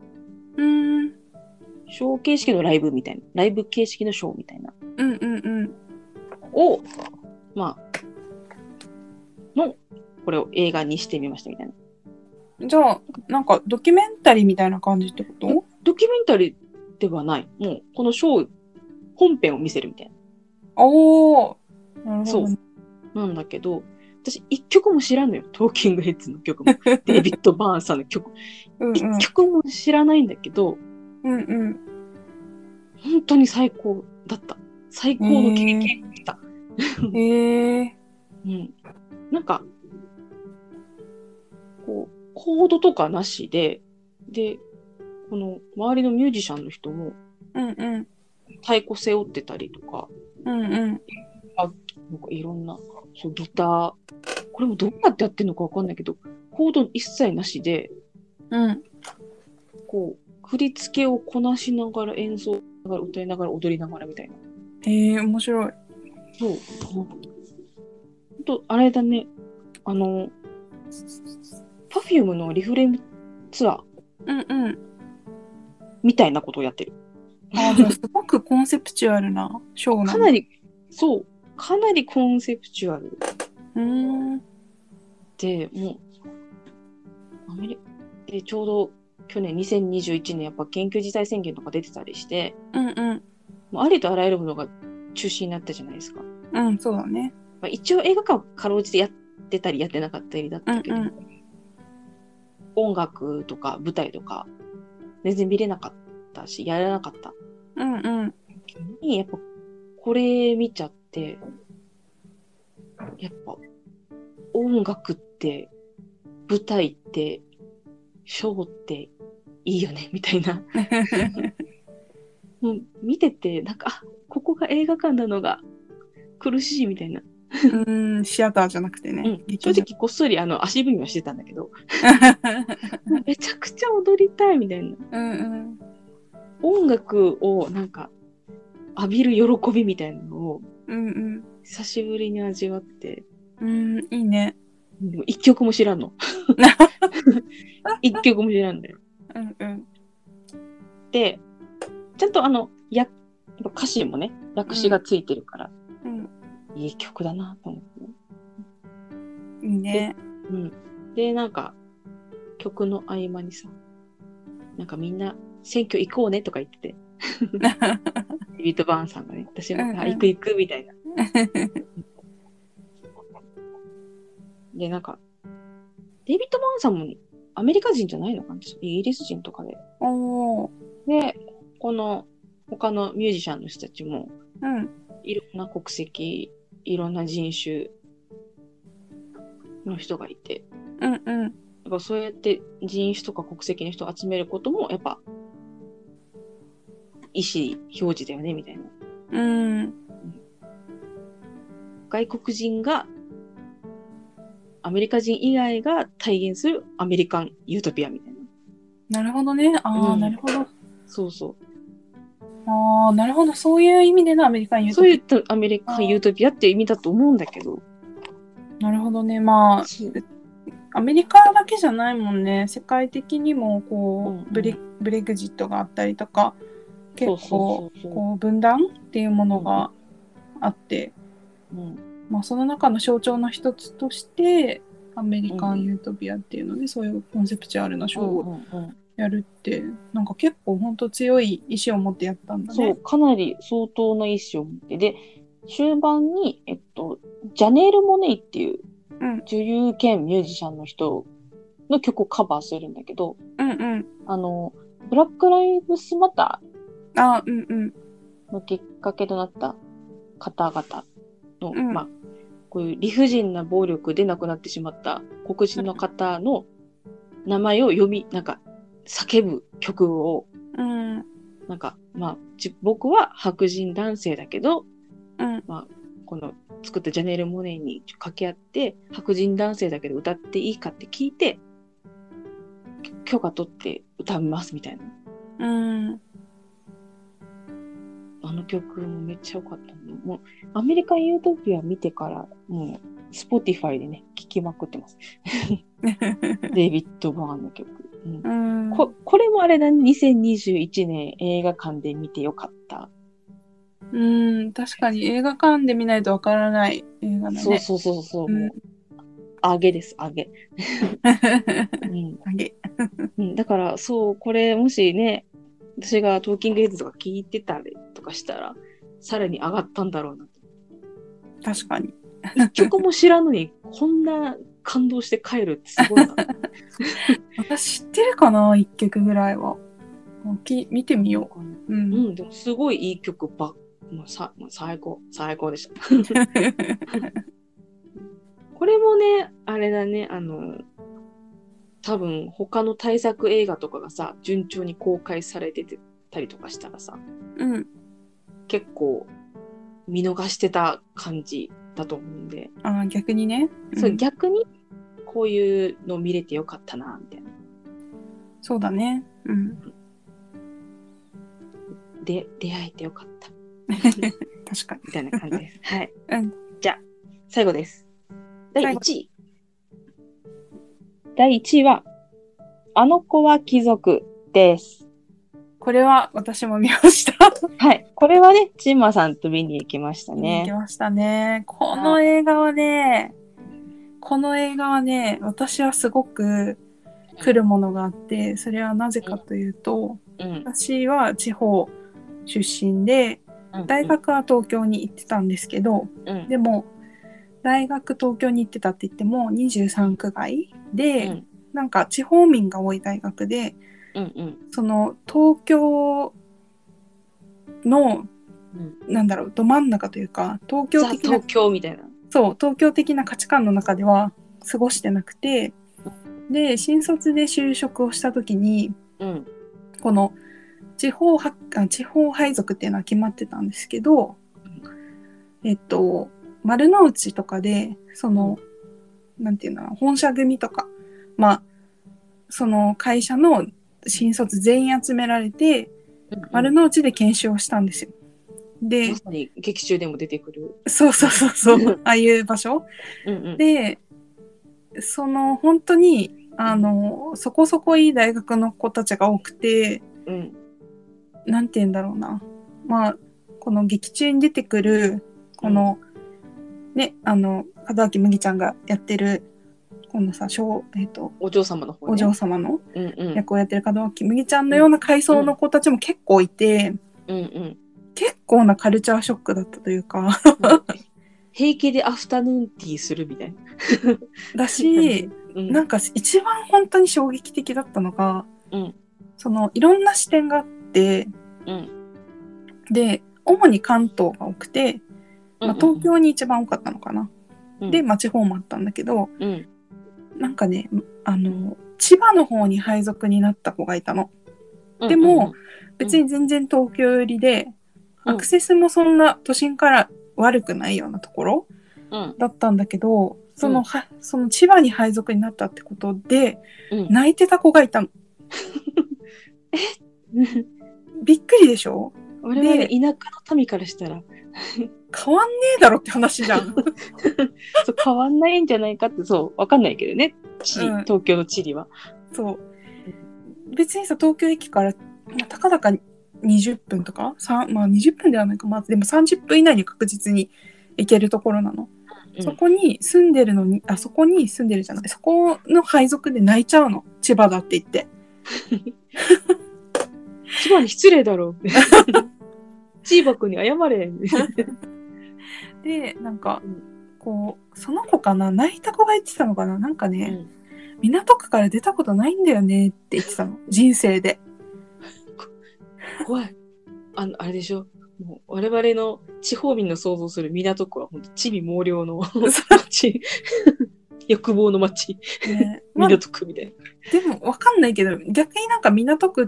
ショー形式のライブみたいな。ライブ形式のショーみたいな。 うんうんうん。 を、まあ、これを映画にしてみましたみたいな。 じゃあ、なんかドキュメンタリーみたいな感じってこと？ ドキュメンタリーではない。もう、このショー、本編を見せるみたいな。 おー。なるほど、ね。 そう。なんだけど、私、一曲も知らんのよ。トーキングヘッズの曲も。デイビッド・バーンさんの曲。一曲も知らないんだけど、 うんうん。 本当に最高だった。最高の経験だった。うん。なんか、こう、コードとかなしで、で、この周りのミュージシャンの人も、 うんうん。 太鼓背負ってたりとか、 うんうん。 なんかいろんな、そうギター、これもどうやってやってるのかわかんないけど、コード一切なしで、 うん。 こう、振り付けをこなしながら演奏しながら歌いながら踊りながらみたいな。 面白い。 そう。ほんと、あれだね。Perfume のリフレームツアー。 うんうん。 みたいなことをやってる。 あ、じゃあすごくコンセプチュアルなショーなんだ。 かなり、そう。かなりコンセプチュアル。で、もう、で、ちょうど去年2021年やっぱ緊急事態宣言とか出てたりして、 うんうん。 もうありとあらゆるものが中止になったじゃないですか。 うん、そうだね。 まあ、一応映画館はかろうじてやってたりやってなかったりだったけど、音楽とか舞台とか全然見れなかったし、やらなかった。 うんうん。 やっぱこれ見ちゃって、やっぱ音楽って舞台ってショーっていいよねみたいな。もう見ててなんかここが映画館なのが苦しいみたいな。 シアターじゃなくてね。 正直こっそり足踏みはしてたんだけどめちゃくちゃ踊りたいみたいな。音楽をなんか浴びる喜びみたいなのを久しぶりに味わって、 いいね。 でも一曲も知らんの。一曲も知らんだよ。 て、ちゃんとやっぱ歌詞もね、訳詞がついてるから、 うん。 いい曲だなと思って、 いいね。 で、なんか、曲の合間にさ、なんかみんな選挙行こうねとか言ってて、デビッド・バーンさんがね、私も、行く行くみたいな。で、なんか、デイビッド・バーンさんもアメリカ人じゃないのかな、イギリス人とかで。で、この他のミュージシャンの人たちも、いろんな国籍、いろんな人種の人がいて、やっぱそうやって人種とか国籍の人を集めることも、やっぱ、意思表示だよね、みたいな。外国人が、アメリカ人以外が体現するアメリカンユートピアみたいな。 なるほどね。なるほど。 そうそう。 なるほど。そういう意味でのアメリカンユートピア。 そういうアメリカンユートピアっていう意味だと思うんだけど。 なるほどね。まあ、アメリカだけじゃないもんね。世界的にもこう、ブレグジットがあったりとか、結構こう分断っていうものがあって、まあ、その中の象徴の一つとしてアメリカンユートピアっていうので、そういうコンセプチュアルなショーをやるって、なんか結構本当強い意志を持ってやったんだね。 そう、かなり相当な意志を持って。で、終盤に、ジャネール・モネイっていう女優兼ミュージシャンの人の曲をカバーするんだけど、ブラック・ライブスマターのきっかけとなった方々の、まあ、こういう理不尽な暴力で亡くなってしまった黒人の方の名前をなんか叫ぶ曲を、なんか、まあ、僕は白人男性だけど、まあ、この作ったジャネール・モネイに掛け合って、白人男性だけど歌っていいかって聞いて、許可取って歌いますみたいな。あの曲もめっちゃ良かったの。もう、アメリカンユートピア見てから、もう、スポティファイでね、聴きまくってます。デイビッド・バーンの曲。これもあれだね、2021年映画館で見てよかった。 確かに映画館で見ないとわからない映画だね。 そう。揚げです、揚げ。 揚げ。 だから、そう、これもしね、私がトーキングヘッズとか聞いてたりとかしたら、さらに上がったんだろうな。 確かに。 一曲も知らんのに、こんな感動して帰るってすごいな。 私知ってるかな、一曲ぐらいは。見てみよう。 でもすごいいい曲もう最高でした。これもね、あれだね、多分他の大作映画とかがさ、順調に公開されてたりとかしたらさ、結構見逃してた感じだと思うんで。 逆にね。 そう、逆にこういうの見れてよかったな、みたいな。 そうだね。 出会えてよかった。 確かに。 みたいな感じです。はい。じゃあ、最後です。第1位。第1位は、あの子は貴族です。 これは私も見ました。 はい。これはね、チンマさんと見に行きましたね。 見に行きましたね。この映画はね、私はすごく来るものがあって、それはなぜかというと、私は地方出身で、大学は東京に行ってたんですけど、でも、大学東京に行ってたって言っても23区外で、なんか地方民が多い大学で、その東京の、なんだろう、ど真ん中というか、東京的な、 東京みたいな。 そう、東京的な価値観の中では過ごしてなくて、で、新卒で就職をした時に、この地方配属っていうのは決まってたんですけど、丸の内とかで、なんていうの、本社組とか、まあ、その会社の新卒全員集められて、丸の内で研修をしたんですよ。で、 まさに劇中でも出てくる。 そう、ああいう場所。で、本当に、そこそこいい大学の子たちが多くて、 なんて言うんだろうな。まあ、この劇中に出てくる、この、ね、門脇麦ちゃんがやってる、このさ、 お嬢様の方ね。 お嬢様のうんうん。 役をやってる門脇麦ちゃんのような階層の子たちも結構いて、 うんうん。 結構なカルチャーショックだったというか、 平気でアフタヌーンティーするみたいな。 だし、なんか一番本当に衝撃的だったのが、そのいろんな視点があって、で、主に関東が多くて、まあ、東京に一番多かったのかな。で、まあ、地方もあったんだけど、なんかね、千葉の方に配属になった子がいたの。でも、別に全然東京寄りで、アクセスもそんな都心から悪くないようなところだったんだけど、その千葉に配属になったってことで、泣いてた子がいたの。びっくりでしょ？ 我々田舎の民からしたら変わんねえだろって話じゃん。 そう変わんないんじゃないかって、そうわかんないけどね、東京の地理は。 そう別にさ、東京駅から、まあ、たかだか20分とかまあ20分ではないか、まあ、でも30分以内に確実に行けるところなの。そこに住んでるのに、そこに住んでるじゃない、そこの配属で泣いちゃうの。千葉だって言って。 千葉に失礼だろう。千葉君に謝れ。 で、なんか、こう、その子かな、泣いた子が言ってたのかな、なんかね、港区から出たことないんだよねって言ってたの。人生で。 怖い。あれでしょ。もう我々の地方民の想像する港区は本当地味猛量の町。欲望の町。ね、港区みたいな。 でもわかんないけど、逆になんか港区って、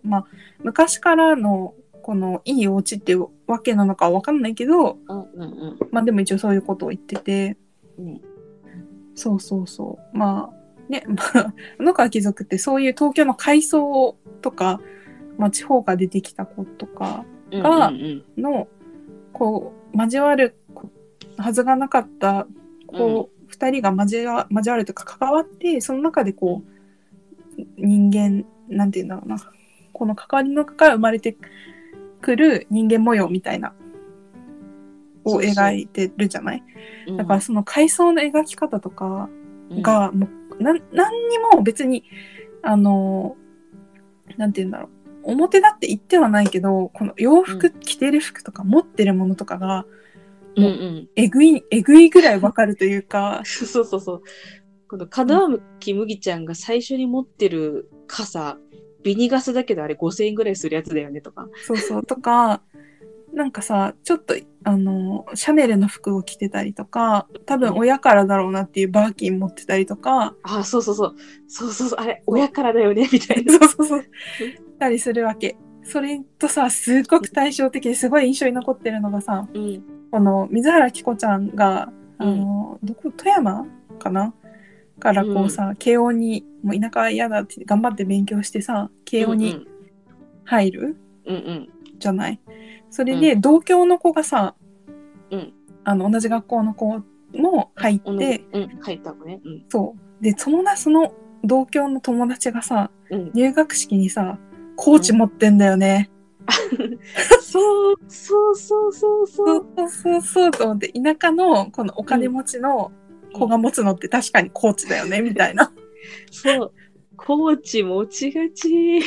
まあ、昔からのこのいいお家っていうわけなのかはわかんないけど、まあでも一応そういうことを言ってて、そうそうそう。まあ、ね、野川貴族ってそういう東京の階層とか、まあ地方から出てきた子とかが、こう、交わるはずがなかった、こう、二人が交わるというか関わって、その中でこう、人間、なんていうんだろうな、この関わりの中から生まれてくる人間模様みたいな、を描いてるじゃない？だからその階層の描き方とかが、もう、何にも別に、なんていうんだろう、表だって言ってはないけど、この洋服、着てる服とか持ってるものとかが、もう、えぐいぐらいわかるというか。 そうそうそう。この門脇麦ちゃんが最初に持ってる傘、ビニガスだけどあれ5000円ぐらいするやつだよねとか。 そうそう。とか、なんかさ、ちょっと、シャネルの服を着てたりとか、多分親からだろうなっていうバーキン持ってたりとか。 そうそうそう。そうそうそう。あれ、親からだよねみたいな。 そうそうそう。たりするわけ。それとさ、すごく対照的ですごい印象に残ってるのがさ、この水原希子ちゃんが、富山かなからこうさ、慶応に、もう田舎嫌だって頑張って勉強してさ、慶応に入る、じゃない。それで、同郷の子がさ、同じ学校の子も入って、 入った子ね。 そう。で、その同郷の友達がさ、入学式にさ、コーチ持ってんだよね。 そうそうそうそうそうそうそうと思って、田舎のこのお金持ちの子が持つのって確かにコーチだよね、みたいな。 そう。コーチ持ちがち。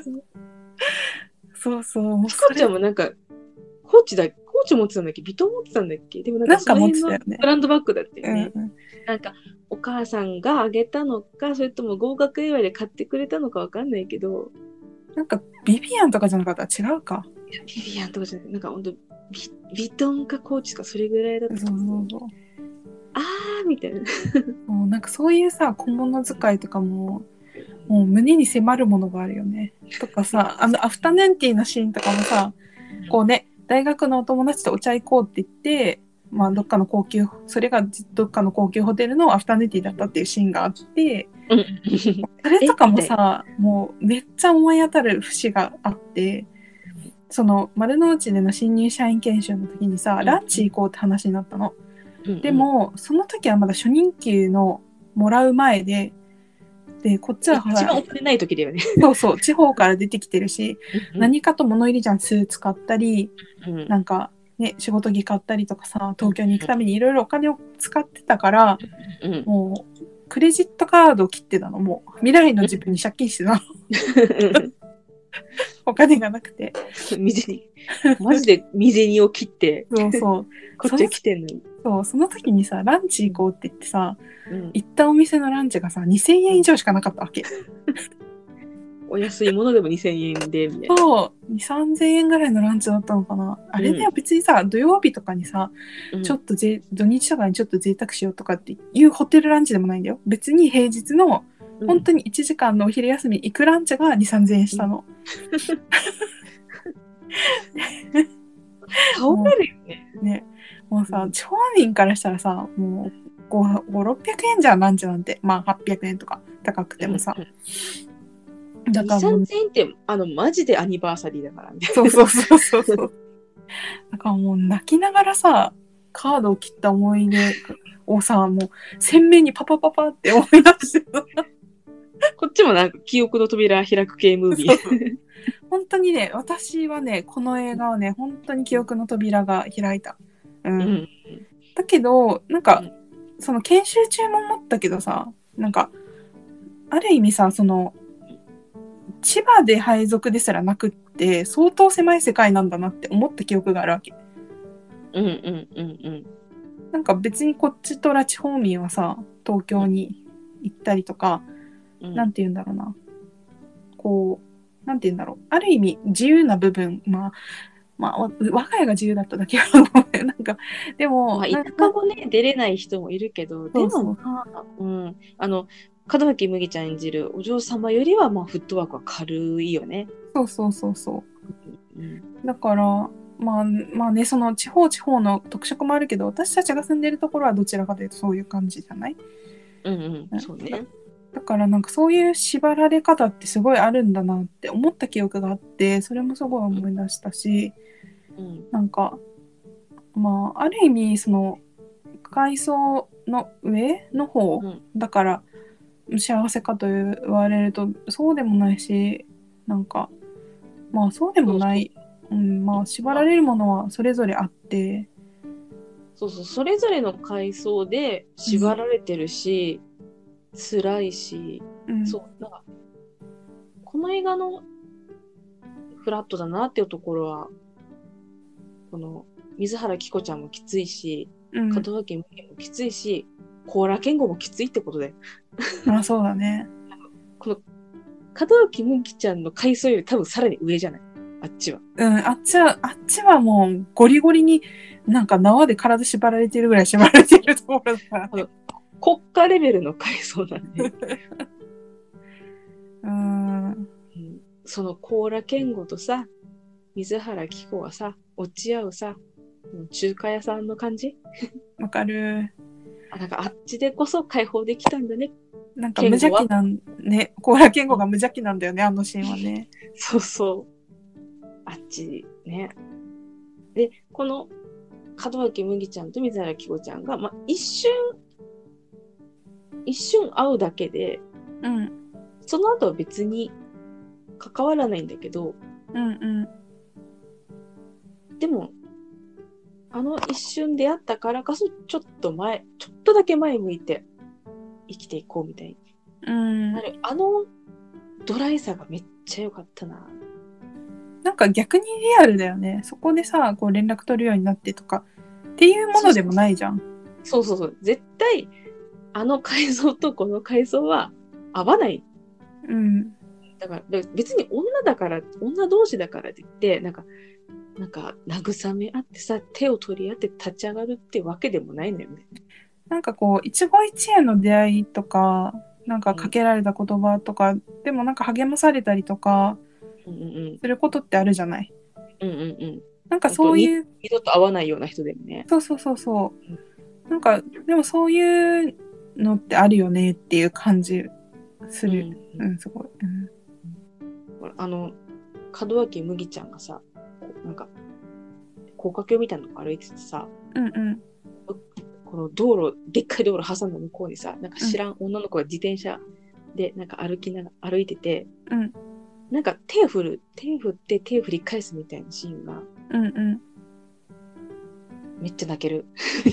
そうそう。 チコちゃんもなんか、コーチ持ってたんだっけ？ビトン持ってたんだっけ？でもなんかその辺のブランドバッグだったよね。なんか、お母さんがあげたのか、それとも合格祝いで買ってくれたのかわかんないけど。 なんか、ビビアンとかじゃなかったら違うか。 ビビアンとかじゃない。なんかほんと、ビトンかコーチかそれぐらいだった。そう。みたいな。 もうなんかそういうさ、小物使いとかもう胸に迫るものがあるよね。とかさ、アフタヌーンティーのシーンとかもさ、こうね、大学のお友達とお茶行こうって言って、まあそれがどっかの高級ホテルのアフタヌーンティーだったっていうシーンがあって、それとかもさ、もうめっちゃ思い当たる節があって、その丸の内での新入社員研修の時にさ、ランチ行こうって話になったの。でも、その時はまだ初任給のもらう前で、 で、こっちはほら、 一番お金ない時だよね。 そうそう、地方から出てきてるし、 うん何かと物入りじゃん、スーツ買ったり、 うんなんか、ね、仕事着買ったりとかさ、東京に行くためにいろいろお金を使ってたから、 うんもう、クレジットカードを切ってたの、もう、未来の自分に借金してたの。お金がなくて。 水に、マジで水銭を切って、 そうそう。 こっちは来てんのに。 そう、その時にさ、ランチ行こうって言ってさ、 うん、 行ったお店のランチがさ、2000円以上しかなかったわけ。 お安いものでも2000円で、みたいな。 そう、2、3000円ぐらいのランチだったのかな。あれだよ、別にさ、土曜日とかにさ、 うん、 ちょっと土日とかにちょっと贅沢しようとかっていうホテルランチでもないんだよ。別に平日の、本当に1時間のお昼休み行くランチが2、3000円したの。 倒れるよね。 ね。もうさ、町民からしたらさ、もう5、600円じゃん、ランチなんて。まあ800円とか高くてもさ。 だから2、 もう 3000円って、マジでアニバーサリーだからね。 そうそうそうそうそう。だからもう泣きながらさ、カードを切った思い出をさ、もう鮮明にパパパパって思い出してた。 こっちもなんか記憶の扉開く系ムービー。 本当にね、私はね、この映画はね、本当に記憶の扉が開いた。うん。 うん、 だけど、なんか、その研修中も思ったけどさ、なんか、ある意味さ、その、千葉で配属ですらなくって、相当狭い世界なんだなって思った記憶があるわけ。 うんうんうんうん。 なんか別にこっちと拉致方面はさ、東京に行ったりとか、なんて言うんだろうな。こう、なんて言うんだろう。ある意味自由な部分、まあ、我が家が自由だっただけはなんか、でも、 まあ、田舎もね、出れない人もいるけど、でもまあ、うん。門脇麦ちゃん演じるお嬢様よりは、まあ、フットワークは軽いよね。 そうそうそうそう。だから、まあね、その地方の特色もあるけど、私たちが住んでるところはどちらかというとそういう感じじゃない？ うんうん、そうね。 だからなんかそういう縛られ方ってすごいあるんだなって思った記憶があって、それもすごい思い出したし、なんか、まあ、ある意味、その、階層の上の方、だから、幸せかと言われると、そうでもないし、なんか、まあそうでもない。まあ縛られるものはそれぞれあって。 そうそう、それぞれの階層で縛られてるし、辛いし、そう、なんか、この映画のフラットだなっていうところは、この、水原希子ちゃんもきついし、門脇麦もきついし、高良健吾もきついってことで。 あ、そうだね。 この、門脇麦ちゃんの階層より多分さらに上じゃない？あっちは。 あっちはもうゴリゴリになんか縄で体縛られてるぐらい縛られてるところだから、ね。 国家レベルの階層なんで。その高良健吾とさ、水原希子はさ、落ち合うさ、中華屋さんの感じ？ わかる。 なんかあっちでこそ解放できたんだね。 なんか無邪気なんね、高良健吾が無邪気なんだよね、あのシーンはね。 そうそう。あっちね。で、この門脇麦ちゃんと水原希子ちゃんが、まあ、一瞬会うだけで、その後は別に関わらないんだけど、でも、あの一瞬出会ったからこそ、ちょっとだけ前向いて生きていこうみたいに。あのドライさがめっちゃ良かったな。 なんか逆にリアルだよね。そこでさ、こう連絡取るようになってとかっていうものでもないじゃん。 そうそうそう。絶対あの階層とこの階層は合わない。だから別に女同士だからって言ってなんか慰め合ってさ、手を取り合って立ち上がるってわけでもないんだよね。 なんかこう一期一会の出会いとか、なんかかけられた言葉とか、でもなんか励まされたりとか。することってあるじゃない。なんかそういう。 二度と会わないような人でもね。 そう。なんか、でもそういうのってあるよねっていう感じする。すごい。 門脇麦ちゃんがさ、なんか、高架橋みたいなの歩いててさ、このでっかい道路挟んだ向こうにさ、なんか知らん女の子が自転車で、なんか歩いてて、 うん。 なんか手振って手振り返すみたいなシーンが、 うんうん。 めっちゃ泣ける。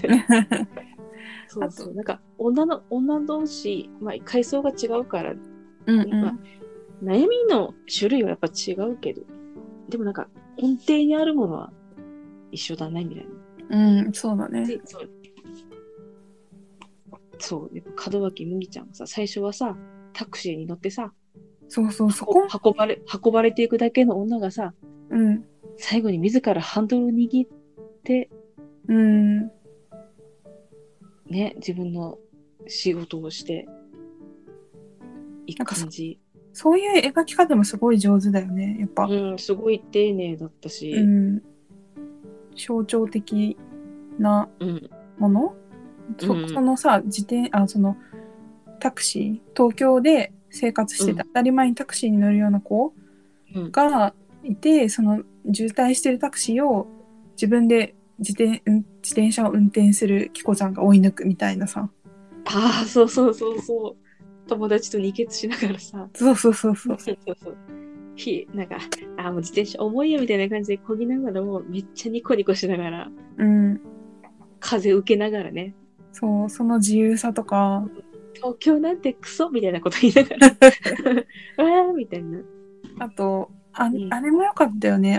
そあと、 うそう。なんか、女同士、まあ、階層が違うから、まあ、 うんうん。 悩みの種類はやっぱ違うけど、でもなんか、根底にあるものは一緒だね、みたいな。 うん、そうだね。 そう。そう。やっぱ門脇麦ちゃんがさ、最初はさ、タクシーに乗ってさ、 そうそう、そこ。 運ばれていくだけの女がさ、 うん。 最後に自らハンドルを握って、 うん。 ね、自分の仕事をしていなんかく感じ。 そういう描き方もすごい上手だよね。やっぱ、 うん、すごい丁寧だったし、 うん、象徴的なうん、 もの。そうん、 のさ、そのタクシー、東京で生活しうん、 てて当たり前にタクシーに乗るような子うん。 がいて、その渋滞してるタクシーを自分で自転車を運転するキコちゃんが追い抜くみたいなさ。 ああ、そうそうそうそう。友達と二血しながらさ、 そうそうそうそう。 そうそうそう。なんか、もう自転車重いよみたいな感じで漕ぎながらも、めっちゃニコニコしながら、 うん。 風受けながらね、 そう、その自由さとか、 東京なんてクソみたいなこと言いながら、ああ、みたいな。 あと、 うん、 あれも良かったよね。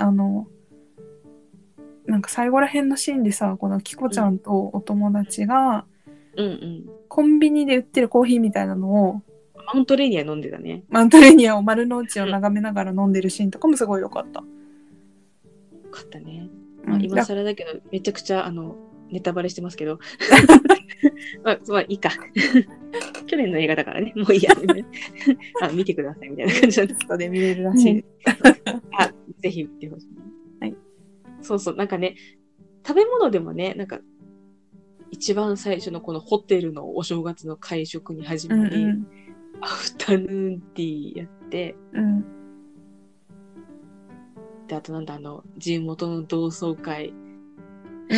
なんか最後ら辺のシーンでさ、このキコちうん、 ゃんとお友達が、 うん、うん。 コンビニで売ってるコーヒーみたいなのを、 マウントレーニア飲んでたね。 マントレーニアを丸の内をうん、よ眺めながら飲んでるシーンとかもすごい良かった。 かったね。まあ、 うん。 今更だけど、めちゃくちゃ、ネタバレしてますけど、まあ、いいか。去年の映画だからね、もういいや、ね。見てくださいみたいな感じなんでテストで見れるらす。 しい。 ぜひ見てほしい。 はい。 そうそう、なんかね、食べ物でもね、なんか、一番最初のこのホテルのお正月の会食に始うんまり、 うアフタヌーンティーやって、 ん。うん。 で、あとなんだ、地元の同窓会。 うん。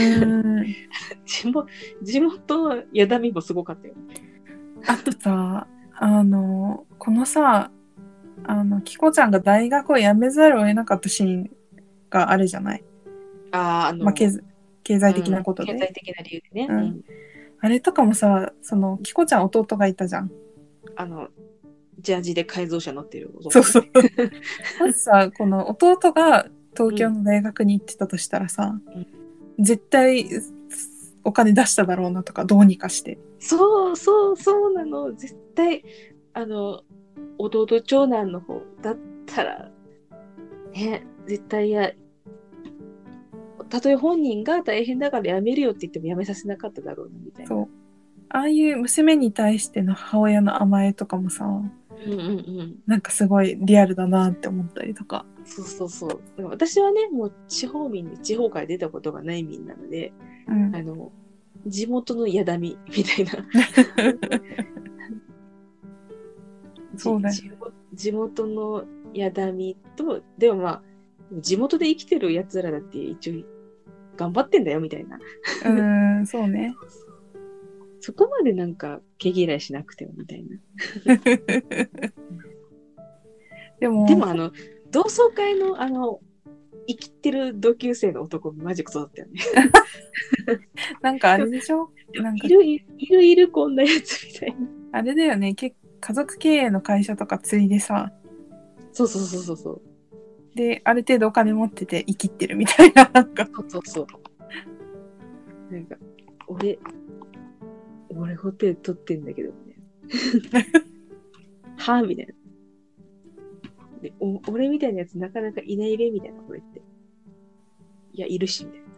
地元のやだみもすごかったよ。 あとさ、このさ、キコちゃんが大学を辞めざるを得なかったシーンがあるじゃない。 ああ、 まあ、経済的なことで。 経済的な理由でね。 うん。あれとかもさ、キコちゃん弟がいたじゃん。 あの、ジャージで改造車乗ってる弟ね。 そうそう。まずさ、この弟が東うん。 京の大学に行ってたとしたらさ、 うん、 絶対お金出しただろうなとか、どうにかして。 そうそうそうなの。絶対、あの、弟長男の方だったら、ね、絶対たとえ本人が大変だから辞めるよって言っても辞めさせなかっただろうな、みたいな。 そう。ああいう娘に対しての母親の甘えとかもさ、 うんうんうん。 なんかすごいリアルだなって思ったりとか。 そうそうそう。でも私はね、もう地方民で地方から出たことがない民なので、 うん。 地元のやだみみたいなそうだよ。 地元のやだみと、でもまあ、地元で生きてる奴らだって一応頑張ってんだよみたいな。 そうね。 そこまでなんか毛嫌いしなくてもみたいな。 でも、 でも同窓会の生きてる同級生の男マジクソだったよね。 なんかあれでしょなんか、 いるこんなやつみたいな。 あれだよね。家族経営の会社とか継いでさ、 そうそうそうそうそう。 で、ある程度お金持ってて生きってるみたいな、なんか。 そうそうそう。なんか、俺ホテル取ってんだけどね。はぁみたいな。で俺みたいなやつなかなかいないべみたいな、これって。いや、いるし、みたいな。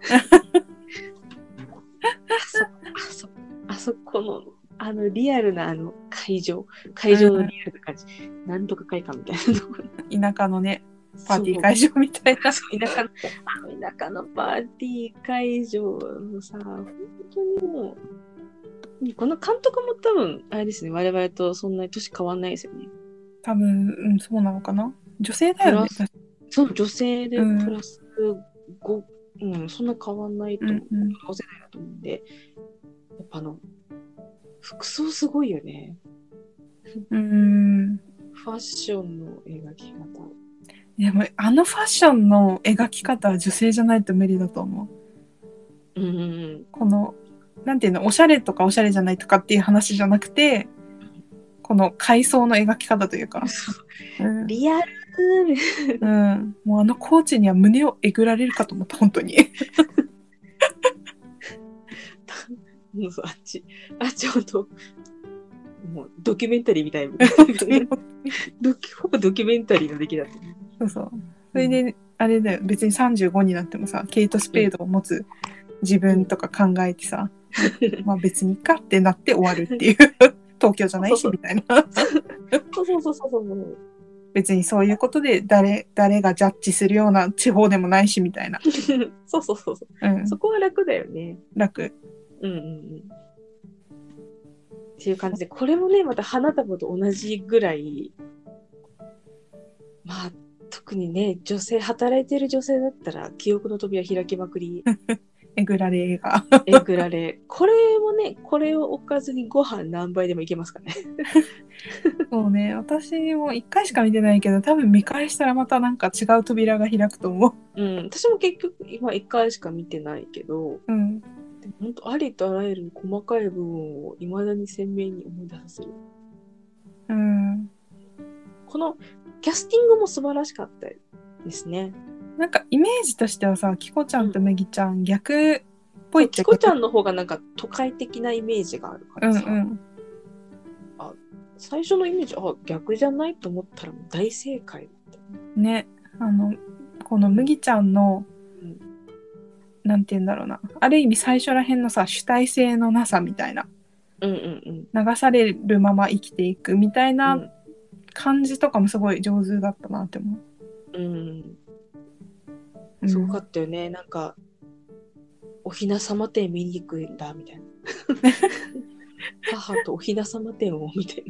あそこの、リアルな会場のリアルな感じ。なんとか会館みたいなところ。 田舎のね、パーティー会場みたいな。 田舎のパーティー会場のさ、本当にもう、この監督も多分、あれですね、我々とそんなに年変わんないですよね。 多分、そうなのかな。女性だよね。 そう、女性でうんプラス5、そんな変わんないと思う。同世代だと思うんで、やっぱ服装すごいよね。 ファッションの描き方。 でもあのファッションの描き方は女性じゃないと無理だと思う。このなんていうの、おしゃれとかおしゃれじゃないとかっていう話じゃなくて、この階層の描き方というか、 リアルもうあのコーチには胸をえぐられるかと思った本当に。 あっちほんともうドキュメンタリーみたいなほぼドキュメンタリーの出来だった。 そうそう。それであれだよ、別に35になってもさ、ケイト・スペードを持つ自分とか考えてさ、まあ別にいいかってなって終わるっていう。東京じゃないしみたいな。 そう別にそういうことで誰がジャッジするような地方でもないしみたいな。 そう、そこは楽だよね。 楽。 っていう感じで、これもねまた花束と同じぐらい、まあ特にね働いてる女性だったら記憶の扉開きまくり。 えぐられ映画。 えぐられ。これもね、これを置かずにご飯何杯でもいけますかね。 そうね、私も1回しか見てないけど、多分見返したらまたなんか違う扉が開くと思う。私も結局今1回しか見てないけど、でも本当ありとあらゆる細かい部分を未だに鮮明に思い出させる。このキャスティングも素晴らしかったですね。 なんかイメージとしてはさ、キコちゃんと麦ちゃん、逆っぽいっちゃキコちゃんの方がなんか都会的なイメージがあるからさ、最初のイメージ逆じゃないと思ったら大正解だったね。この麦ちゃんの、なんて言うんだろうな、ある意味最初らへんのさ主体性のなさみたいな、流されるまま生きていくみたいな感じとかもすごい上手だったなって思う。 すごかったよね。なんかおひなさま展見に行くんだみたいな。母とおひなさま展をみたい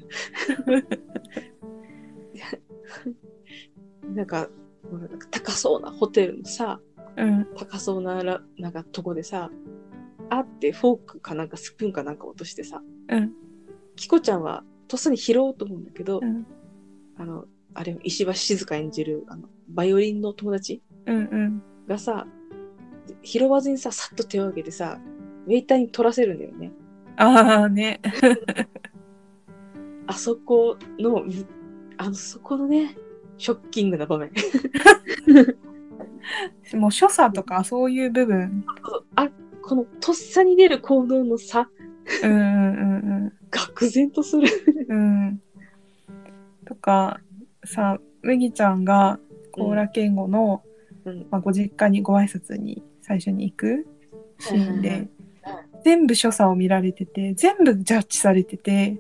な。なんか高そうなホテルのさ、高そうななんかとこでさ、あってフォークかなんかスプーンかなんか落としてさ、キコちゃんはとっさに拾おうと思うんだけど、あれ石橋静香演じるバイオリンの友達がさ、拾わずにさ、さっと手を挙げてさ、ウェイターに取らせるんだよね。 ね。 そこのね、ショッキングな場面。 もう所作とかそういう部分。 このとっさに出る行動の差。愕然とする。 とかさ、麦ちゃんが高良健吾の、ご実家にご挨拶に最初に行くシーンで、全部所作を見られてて、全部ジャッジされてて、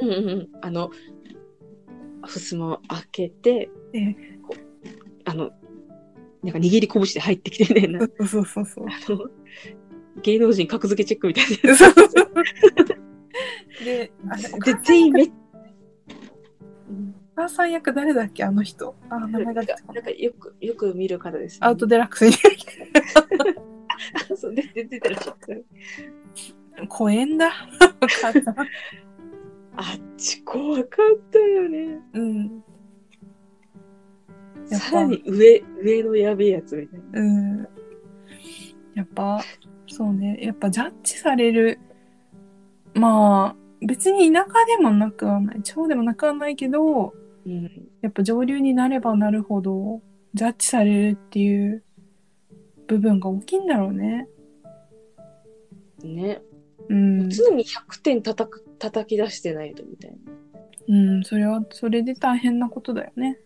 ふすまを開けて、なんか握り拳で入ってきてね。 そう。 芸能人格付けチェックみたいな。で、全員お母さん役誰だっけ、あの人。名前が出てこない。 なんかよく見る方です、ね。 アウトデラックスに。 そう出てらっしゃった。 怖えんだ。 あっち怖かったよね。さらに上のやべえやつみたいな。 やっぱそうね、やっぱジャッジされる、まあ別に田舎でもなくはない、地方でもなくはないけど、やっぱ上流になればなるほどジャッジされるっていう部分が大きいんだろうね。 ね。常に100点叩き出してないとみたいな。それで大変なことだよね。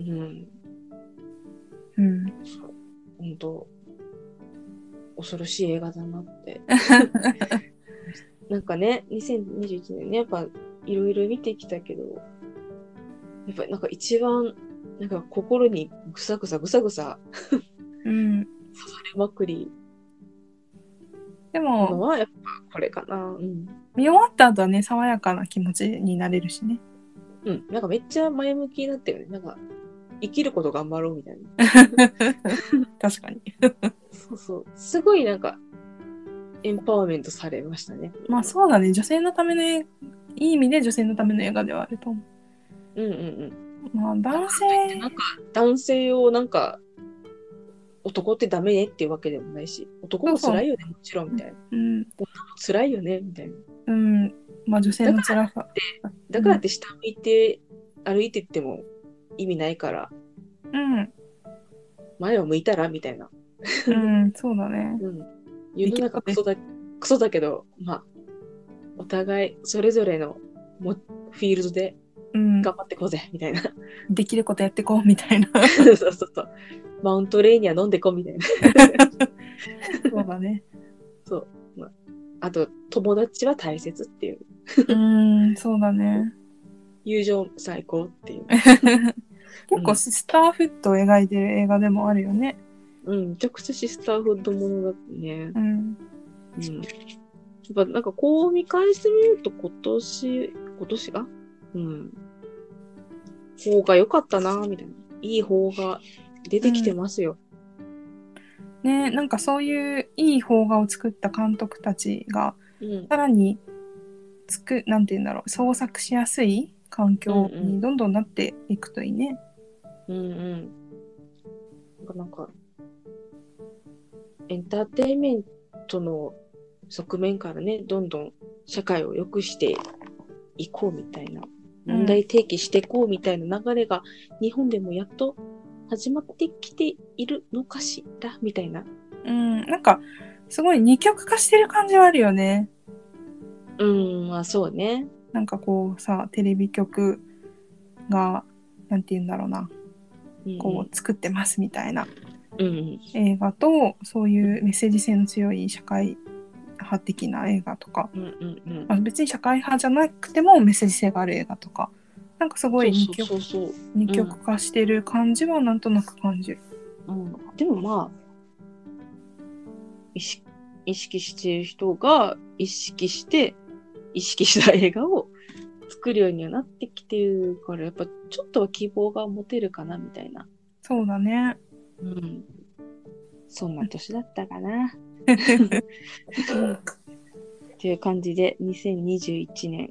本当恐ろしい映画だなって。なんかね、2021年ね、やっぱいろいろ見てきたけど、やっぱなんか一番なんか心にぐさぐさ刺されまくり。 でもはやっぱこれかな。 見終わった後はね、爽やかな気持ちになれるしね。 なんかめっちゃ前向きになってるね。なんか生きること頑張ろうみたいな。 確かに。 そう。すごいなんかエンパワーメントされましたね。 まあそうだね。女性のためのいい意味で女性のための映画ではあると思うんうんう。まあ男性、 なんか男性をなんか男ってダメねっていうわけでもないし、男も辛いよね、もちろんみたいな。 うん、 女も辛いよねみたいな。 うん、まあ女性の辛さ。 だからって下向いて歩いてっても意味ないから、 うん、 前を向いたらみたいな。 うん、そうだね。 うん。世の中クソだけど、まあ、お互いそれぞれのフィールドで頑張ってこうぜ、みたいな。 できることやってこうみたいな。 そうそうそう。マウントレーニア飲んでこうみたいな。 そうだね。 そう。まあ、あと、友達は大切っていう。 そうだね。 友情最高っていう。 結構シスターフッドを描いてる映画でもあるよね。 うん、めちゃくちゃシスターフードものだね。うん。やっぱなんかこう見返してみると今年が方が良かったなみたいな。いい方が出てきてますよ。 ね、なんかそういういい邦画を作った監督たちが、さらになんて言うんだろう、創作しやすい環境にどんどんなっていくといいね。 なんかエンターテインメントの側面からね、どんどん社会を良くしていこうみたいな、問題提起していこうみたいな流れが日本でもやっと始まってきているのかしらみたいな。 なんかすごい二極化してる感じはあるよね。 まあそうね。 なんかこうさ、テレビ局がなんて言うんだろうな、こう作ってますみたいな映画と、そういうメッセージ性の強い社会派的な映画とか、別に社会派じゃなくてもメッセージ性がある映画とか、なんかすごい二極化してる感じはなんとなく感じる。 でもまあ意識している人が意識した映画を作るようにはなってきてるから、やっぱちょっとは希望が持てるかなみたいな。 そうだね。 そんな年だったかな。っていう感じで、2021年、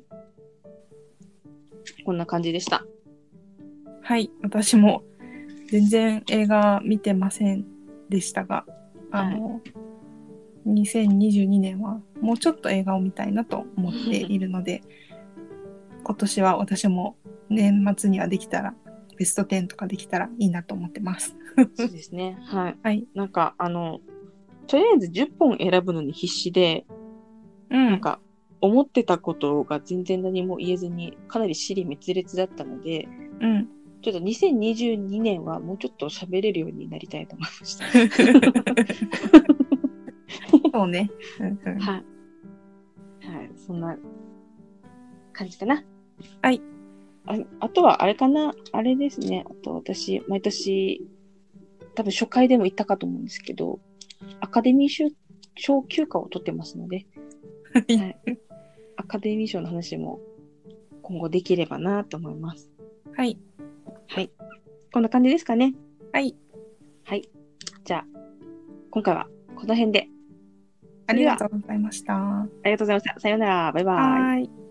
こんな感じでした。 はい、私も全然映画見てませんでしたが、2022年はもうちょっと映画を見たいなと思っているので、今年は私も年末にはできたら、ベスト10とかできたらいいなと思ってます。 そうですね。はい。 はい。 なんか、とりあえず10本選ぶのに必死で、なんか、思ってたことが全然何も言えずに、かなり支離滅裂だったので、ちょっと2022年はもうちょっと喋れるようになりたいと思いました。 そうね。 はい。そんな感じかな。 はい。 あとはあれかな、あれですね。あと私、毎年、多分初回でも言ったかと思うんですけど、アカデミー賞休暇を取ってますので、アカデミー賞の話も今後できればなと思います。 はい。 はい。こんな感じですかね。 はい。 はい。じゃあ、今回はこの辺で。 ありがとうございました。 ありがとうございました。さようなら。バイバイ。 はい。